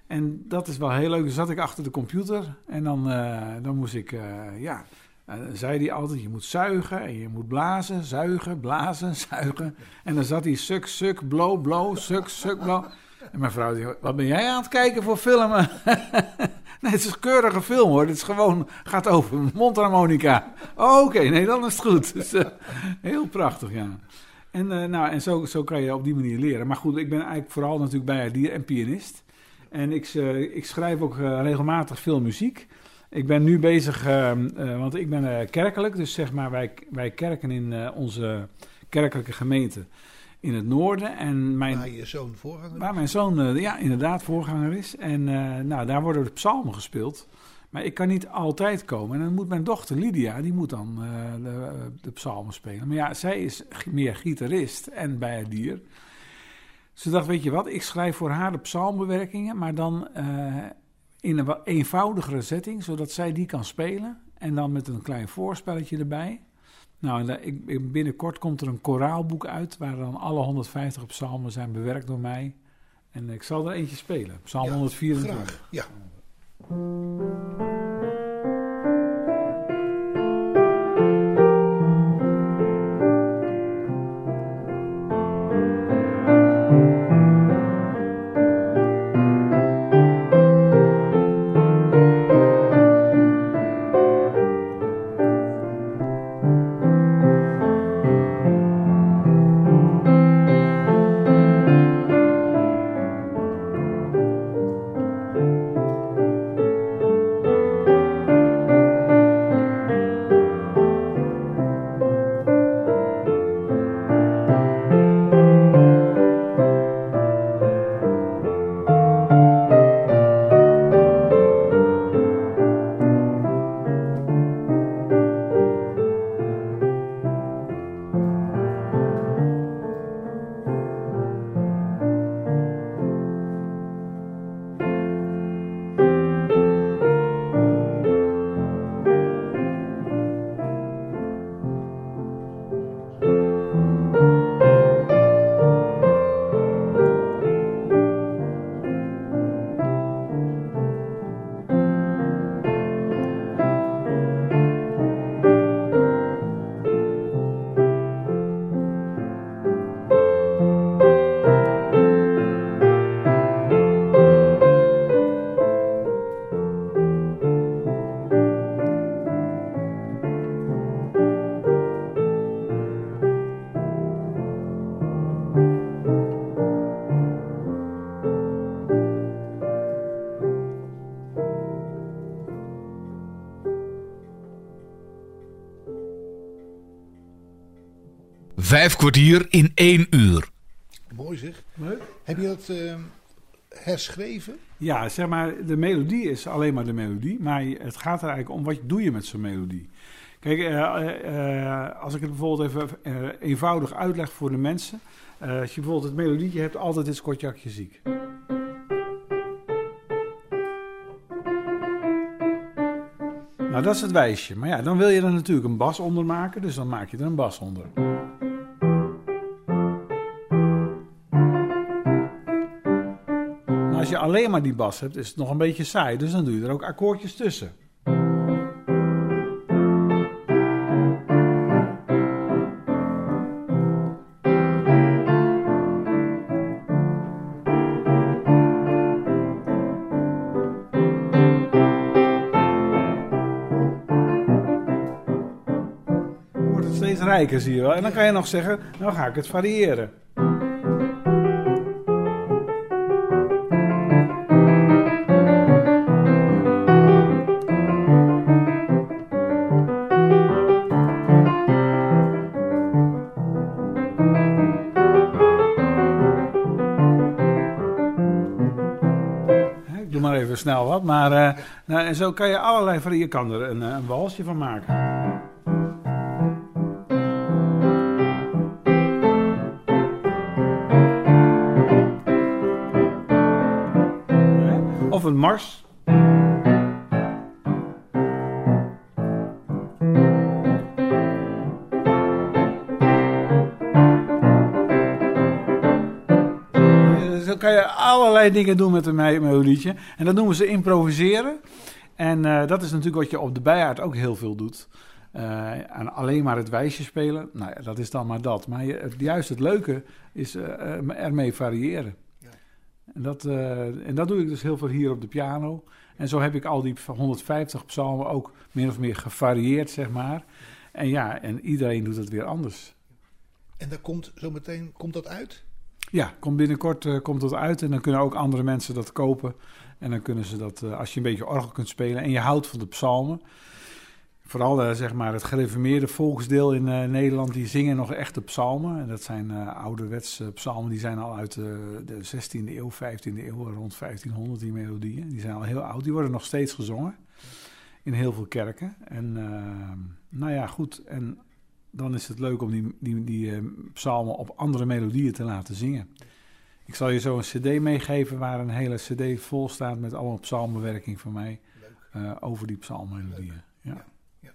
En dat is wel heel leuk. Dan zat ik achter de computer en dan, uh, dan moest ik, uh, ja, uh, dan zei hij altijd, je moet zuigen en je moet blazen, zuigen, blazen, zuigen. En dan zat hij suk, suk, blow, blow, suk, suk, blow. En mijn vrouw zei, wat ben jij aan het kijken voor filmen? Nee, het is een keurige film hoor. Het is gewoon, gaat over mondharmonica. Oh, oké, okay. Nee, dan is het goed. Dus, uh, heel prachtig, ja. En, uh, nou, en zo, zo kan je op die manier leren. Maar goed, ik ben eigenlijk vooral natuurlijk bijaardier en pianist. En ik, uh, ik schrijf ook uh, regelmatig veel muziek. Ik ben nu bezig, uh, uh, want ik ben uh, kerkelijk. Dus zeg maar, wij, wij kerken in uh, onze kerkelijke gemeente in het noorden. En mijn, waar je zoon voorganger is? Waar mijn zoon, uh, ja, inderdaad voorganger is. En uh, nou, daar worden de psalmen gespeeld. Maar ik kan niet altijd komen. En dan moet mijn dochter Lydia, die moet dan uh, de, de psalmen spelen. Maar ja, zij is meer gitarist en bijaardier. Ze dacht, weet je wat, ik schrijf voor haar de psalmbewerkingen, maar dan uh, in een wat eenvoudigere setting, zodat zij die kan spelen. En dan met een klein voorspelletje erbij. Nou, en ik, binnenkort komt er een koraalboek uit, waar dan alle honderdvijftig psalmen zijn bewerkt door mij. En ik zal er eentje spelen, psalm ja, honderdvierentwintig. Graag, ja. Vijf kwartier in één uur. Mooi zeg. Leuk. Heb je dat uh, herschreven? Ja, zeg maar, de melodie is alleen maar de melodie. Maar het gaat er eigenlijk om, wat doe je met zo'n melodie? Kijk, uh, uh, als ik het bijvoorbeeld even uh, eenvoudig uitleg voor de mensen. Uh, als je bijvoorbeeld het melodietje hebt, altijd is kortjakje ziek. Nou, dat is het wijsje. Maar ja, dan wil je er natuurlijk een bas onder maken. Dus dan maak je er een bas onder. Maar als je alleen maar die bas hebt, is het nog een beetje saai. Dus dan doe je er ook akkoordjes tussen. Rijker, zie je wel. En dan kan je nog zeggen, nou ga ik het variëren. Ik doe maar even snel wat, maar uh, nou, en zo kan je allerlei variëren. Je kan er een, een walsje van maken. Of een mars. Zo kan je allerlei dingen doen met een me- melodietje. En dat noemen ze improviseren. En uh, dat is natuurlijk wat je op de bijaard ook heel veel doet. Uh, en alleen maar het wijsje spelen, nou ja, dat is dan maar dat. Maar je, juist het leuke is uh, ermee variëren. Ja. En, dat, uh, en dat doe ik dus heel veel hier op de piano. En zo heb ik al die honderdvijftig psalmen ook min of meer gevarieerd, zeg maar. En ja, en iedereen doet het weer anders. En daar komt zo meteen, komt dat uit? Ja, komt binnenkort uh, komt dat uit. En dan kunnen ook andere mensen dat kopen. En dan kunnen ze dat, uh, als je een beetje orgel kunt spelen en je houdt van de psalmen. Vooral uh, zeg maar het gereformeerde volksdeel in uh, Nederland, die zingen nog echte psalmen. En dat zijn uh, ouderwetse psalmen, die zijn al uit uh, de zestiende eeuw, vijftiende eeuw, rond vijftienhonderd die melodieën. Die zijn al heel oud, die worden nog steeds gezongen in heel veel kerken. En uh, nou ja, goed, en dan is het leuk om die, die, die uh, psalmen op andere melodieën te laten zingen. Ik zal je zo een cd meegeven waar een hele cd vol staat met allemaal psalmbewerking van mij uh, over die psalmmelodieën. Ja. Ja.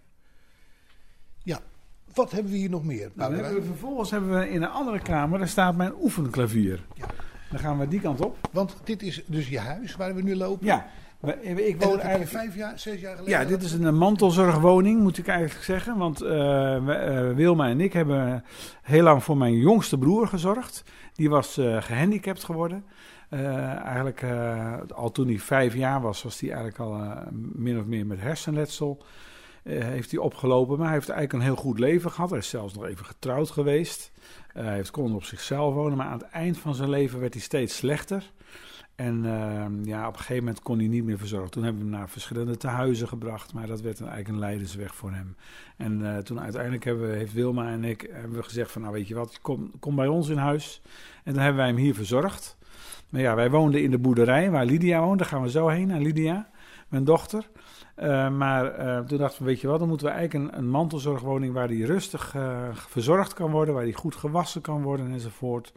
Ja, wat hebben we hier nog meer? Nou, dan hebben we, vervolgens hebben we in een andere kamer, daar staat mijn oefenklavier. Ja. Dan gaan we die kant op. Want dit is dus je huis waar we nu lopen? Ja. Ik woon eigenlijk vijf jaar, zes jaar geleden. Ja, dit is een mantelzorgwoning, moet ik eigenlijk zeggen. Want uh, we, uh, Wilma en ik hebben heel lang voor mijn jongste broer gezorgd. Die was uh, gehandicapt geworden. Uh, eigenlijk uh, al toen hij vijf jaar was, was hij eigenlijk al uh, min of meer met hersenletsel. Uh, heeft hij opgelopen, maar hij heeft eigenlijk een heel goed leven gehad. Hij is zelfs nog even getrouwd geweest. Uh, hij heeft kon op zichzelf wonen, maar aan het eind van zijn leven werd hij steeds slechter. En uh, ja, op een gegeven moment kon hij niet meer verzorgen. Toen hebben we hem naar verschillende tehuizen gebracht, maar dat werd een, eigenlijk een lijdensweg voor hem. En uh, toen uiteindelijk hebben we, heeft Wilma en ik hebben we gezegd van, nou weet je wat, kom, kom bij ons in huis. En dan hebben wij hem hier verzorgd. Maar ja, wij woonden in de boerderij waar Lydia woont. Daar gaan we zo heen, naar Lydia, mijn dochter. Uh, maar uh, toen dachten we, weet je wat, dan moeten we eigenlijk een, een mantelzorgwoning waar hij rustig uh, verzorgd kan worden, waar hij goed gewassen kan worden enzovoort.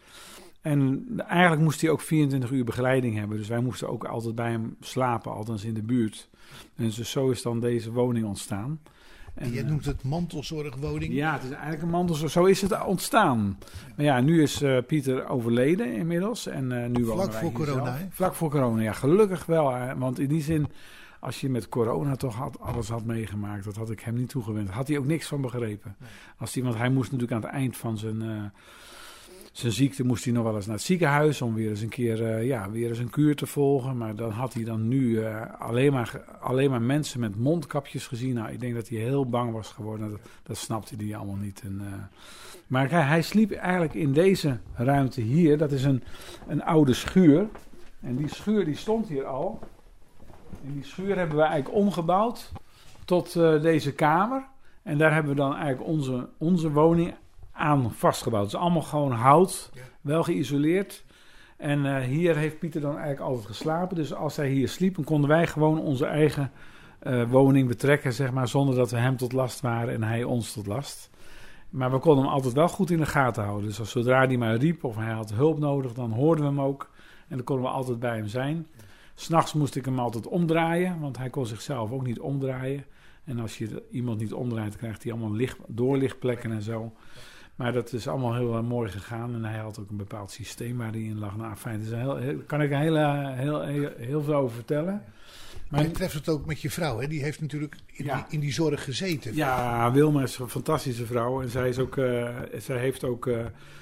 En eigenlijk moest hij ook vierentwintig uur begeleiding hebben. Dus wij moesten ook altijd bij hem slapen, althans in de buurt. En dus zo is dan deze woning ontstaan. En, en jij noemt het mantelzorgwoning? Ja, het is eigenlijk een mantelzorg. Zo is het ontstaan. Maar ja, nu is uh, Pieter overleden inmiddels. En, uh, nu Vlak voor corona, hè? Vlak voor corona, ja. Gelukkig wel. Hè? Want in die zin, als je met corona toch had, alles had meegemaakt, dat had ik hem niet toegewend. Had hij ook niks van begrepen. Als die, want hij moest natuurlijk aan het eind van zijn... Uh, Zijn ziekte moest hij nog wel eens naar het ziekenhuis om weer eens een keer uh, ja, weer eens een kuur te volgen. Maar dan had hij dan nu uh, alleen, maar, alleen maar mensen met mondkapjes gezien. Nou, ik denk dat hij heel bang was geworden. Dat, dat snapte hij allemaal niet. En, uh, maar hij, hij sliep eigenlijk in deze ruimte hier. Dat is een, een oude schuur. En die schuur die stond hier al. En die schuur hebben we eigenlijk omgebouwd tot uh, deze kamer. En daar hebben we dan eigenlijk onze, onze woning aan vastgebouwd. Het is allemaal gewoon hout, ja. Wel geïsoleerd. En uh, hier heeft Pieter dan eigenlijk altijd geslapen. Dus als hij hier sliep, dan konden wij gewoon onze eigen uh, woning betrekken, zeg maar, zonder dat we hem tot last waren en hij ons tot last. Maar we konden hem altijd wel goed in de gaten houden. Dus als, zodra hij maar riep of hij had hulp nodig, dan hoorden we hem ook. En dan konden we altijd bij hem zijn. 'S Nachts moest ik hem altijd omdraaien, want hij kon zichzelf ook niet omdraaien. En als je iemand niet omdraait, dan krijgt hij allemaal licht, doorlichtplekken en zo. Maar dat is allemaal heel uh, mooi gegaan. En hij had ook een bepaald systeem waar hij in lag. Nou, fijn, dus heel, heel, kan ik er heel, heel, heel, heel veel over vertellen. Maar je treft het ook met je vrouw, hè? Die heeft natuurlijk in, ja. die, in die zorg gezeten. Ja, Wilma is een fantastische vrouw. En zij, is ook, uh, zij heeft ook uh,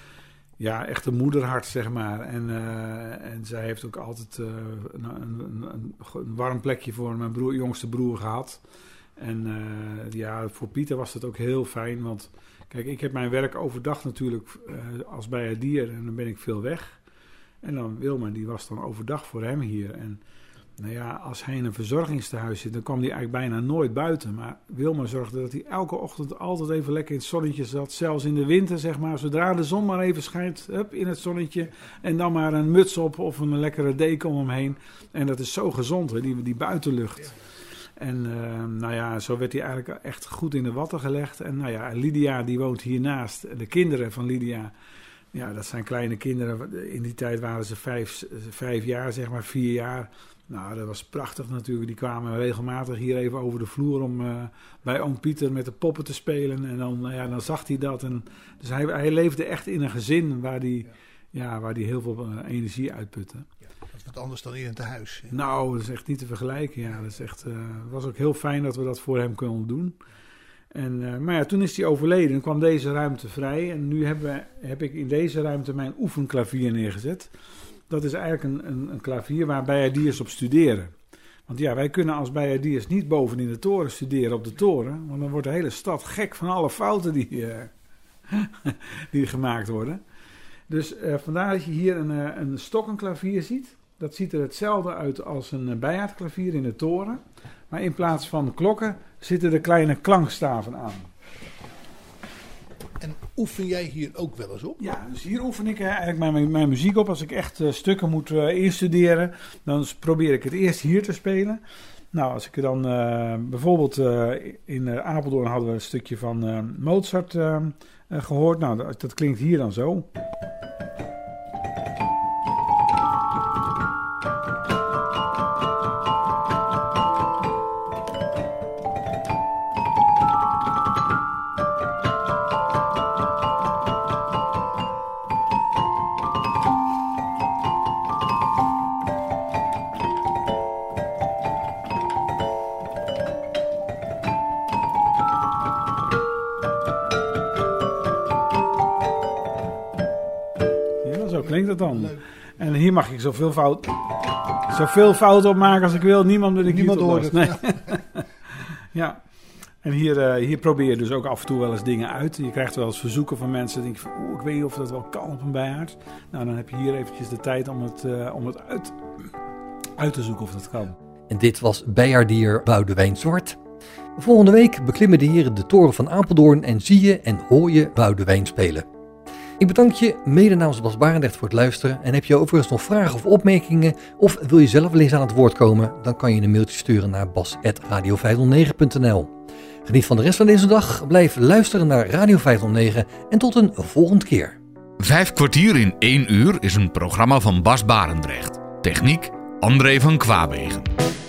ja, echt een moederhart, zeg maar. En, uh, en zij heeft ook altijd uh, een, een, een, een warm plekje voor mijn broer, jongste broer gehad. En uh, ja, voor Pieter was dat ook heel fijn, want... Kijk, ik heb mijn werk overdag natuurlijk uh, als bij het dier en dan ben ik veel weg. En dan Wilma, die was dan overdag voor hem hier. En nou ja, als hij in een verzorgingstehuis zit, dan kwam hij eigenlijk bijna nooit buiten. Maar Wilma zorgde dat hij elke ochtend altijd even lekker in het zonnetje zat. Zelfs in de winter, zeg maar. Zodra de zon maar even schijnt, hup, in het zonnetje. En dan maar een muts op of een lekkere deken om hem heen. En dat is zo gezond, hè, die, die buitenlucht. En uh, nou ja, zo werd hij eigenlijk echt goed in de watten gelegd. En nou ja, Lydia die woont hiernaast. De kinderen van Lydia, ja, dat zijn kleine kinderen. In die tijd waren ze vijf, vijf jaar, zeg maar, vier jaar. Nou, dat was prachtig natuurlijk. Die kwamen regelmatig hier even over de vloer om uh, bij oom Pieter met de poppen te spelen. En dan, nou ja, dan zag hij dat. En, dus hij, hij leefde echt in een gezin waar hij... ja, waar die heel veel uh, energie uitputte. Ja, dat is wat anders dan in het huis. Hè? Nou, dat is echt niet te vergelijken. Ja, dat is echt, uh, het was ook heel fijn dat we dat voor hem konden doen. En, uh, maar ja, toen is hij overleden en kwam deze ruimte vrij. En nu hebben we, heb ik in deze ruimte mijn oefenklavier neergezet. Dat is eigenlijk een, een, een klavier waar bijaardiers op studeren. Want ja, wij kunnen als bijaardiers niet boven in de toren studeren op de toren. Want dan wordt de hele stad gek van alle fouten die, uh, die gemaakt worden. Dus uh, vandaar dat je hier een, uh, een stokkenklavier ziet. Dat ziet er hetzelfde uit als een uh, bijaardklavier in de toren. Maar in plaats van klokken zitten er kleine klankstaven aan. En oefen jij hier ook wel eens op? Ja, dus hier oefen ik eigenlijk mijn, mijn muziek op. Als ik echt uh, stukken moet uh, instuderen, dan probeer ik het eerst hier te spelen. Nou, als ik er dan uh, bijvoorbeeld uh, in uh, Apeldoorn hadden we een stukje van uh, Mozart uh, uh, gehoord. Nou, dat, dat klinkt hier dan zo. Klinkt het dan? Leuk. En hier mag ik zoveel fout, zoveel fout op maken als ik wil. Niemand wil ik Niemand hoort het. Nee. Ja. Ja. En hier, uh, hier probeer je dus ook af en toe wel eens dingen uit. Je krijgt wel eens verzoeken van mensen. Denk je van, oh, ik weet niet of dat wel kan op een bijaard. Nou, dan heb je hier eventjes de tijd om het, uh, om het uit, uit te zoeken of dat kan. En dit was bijaardier Boudewijn Zwart. Volgende week beklimmen de heren de toren van Apeldoorn en zie je en hoor je Boudewijn spelen. Ik bedank je mede namens Bas Barendrecht voor het luisteren. En heb je overigens nog vragen of opmerkingen of wil je zelf wel eens aan het woord komen, dan kan je een mailtje sturen naar bas apenstaartje radio vijfhonderdnegen punt n l. Geniet van de rest van deze dag, blijf luisteren naar Radio vijfhonderdnegen en tot een volgende keer. Vijf kwartier in één uur is een programma van Bas Barendrecht. Techniek André van Kwaabegen.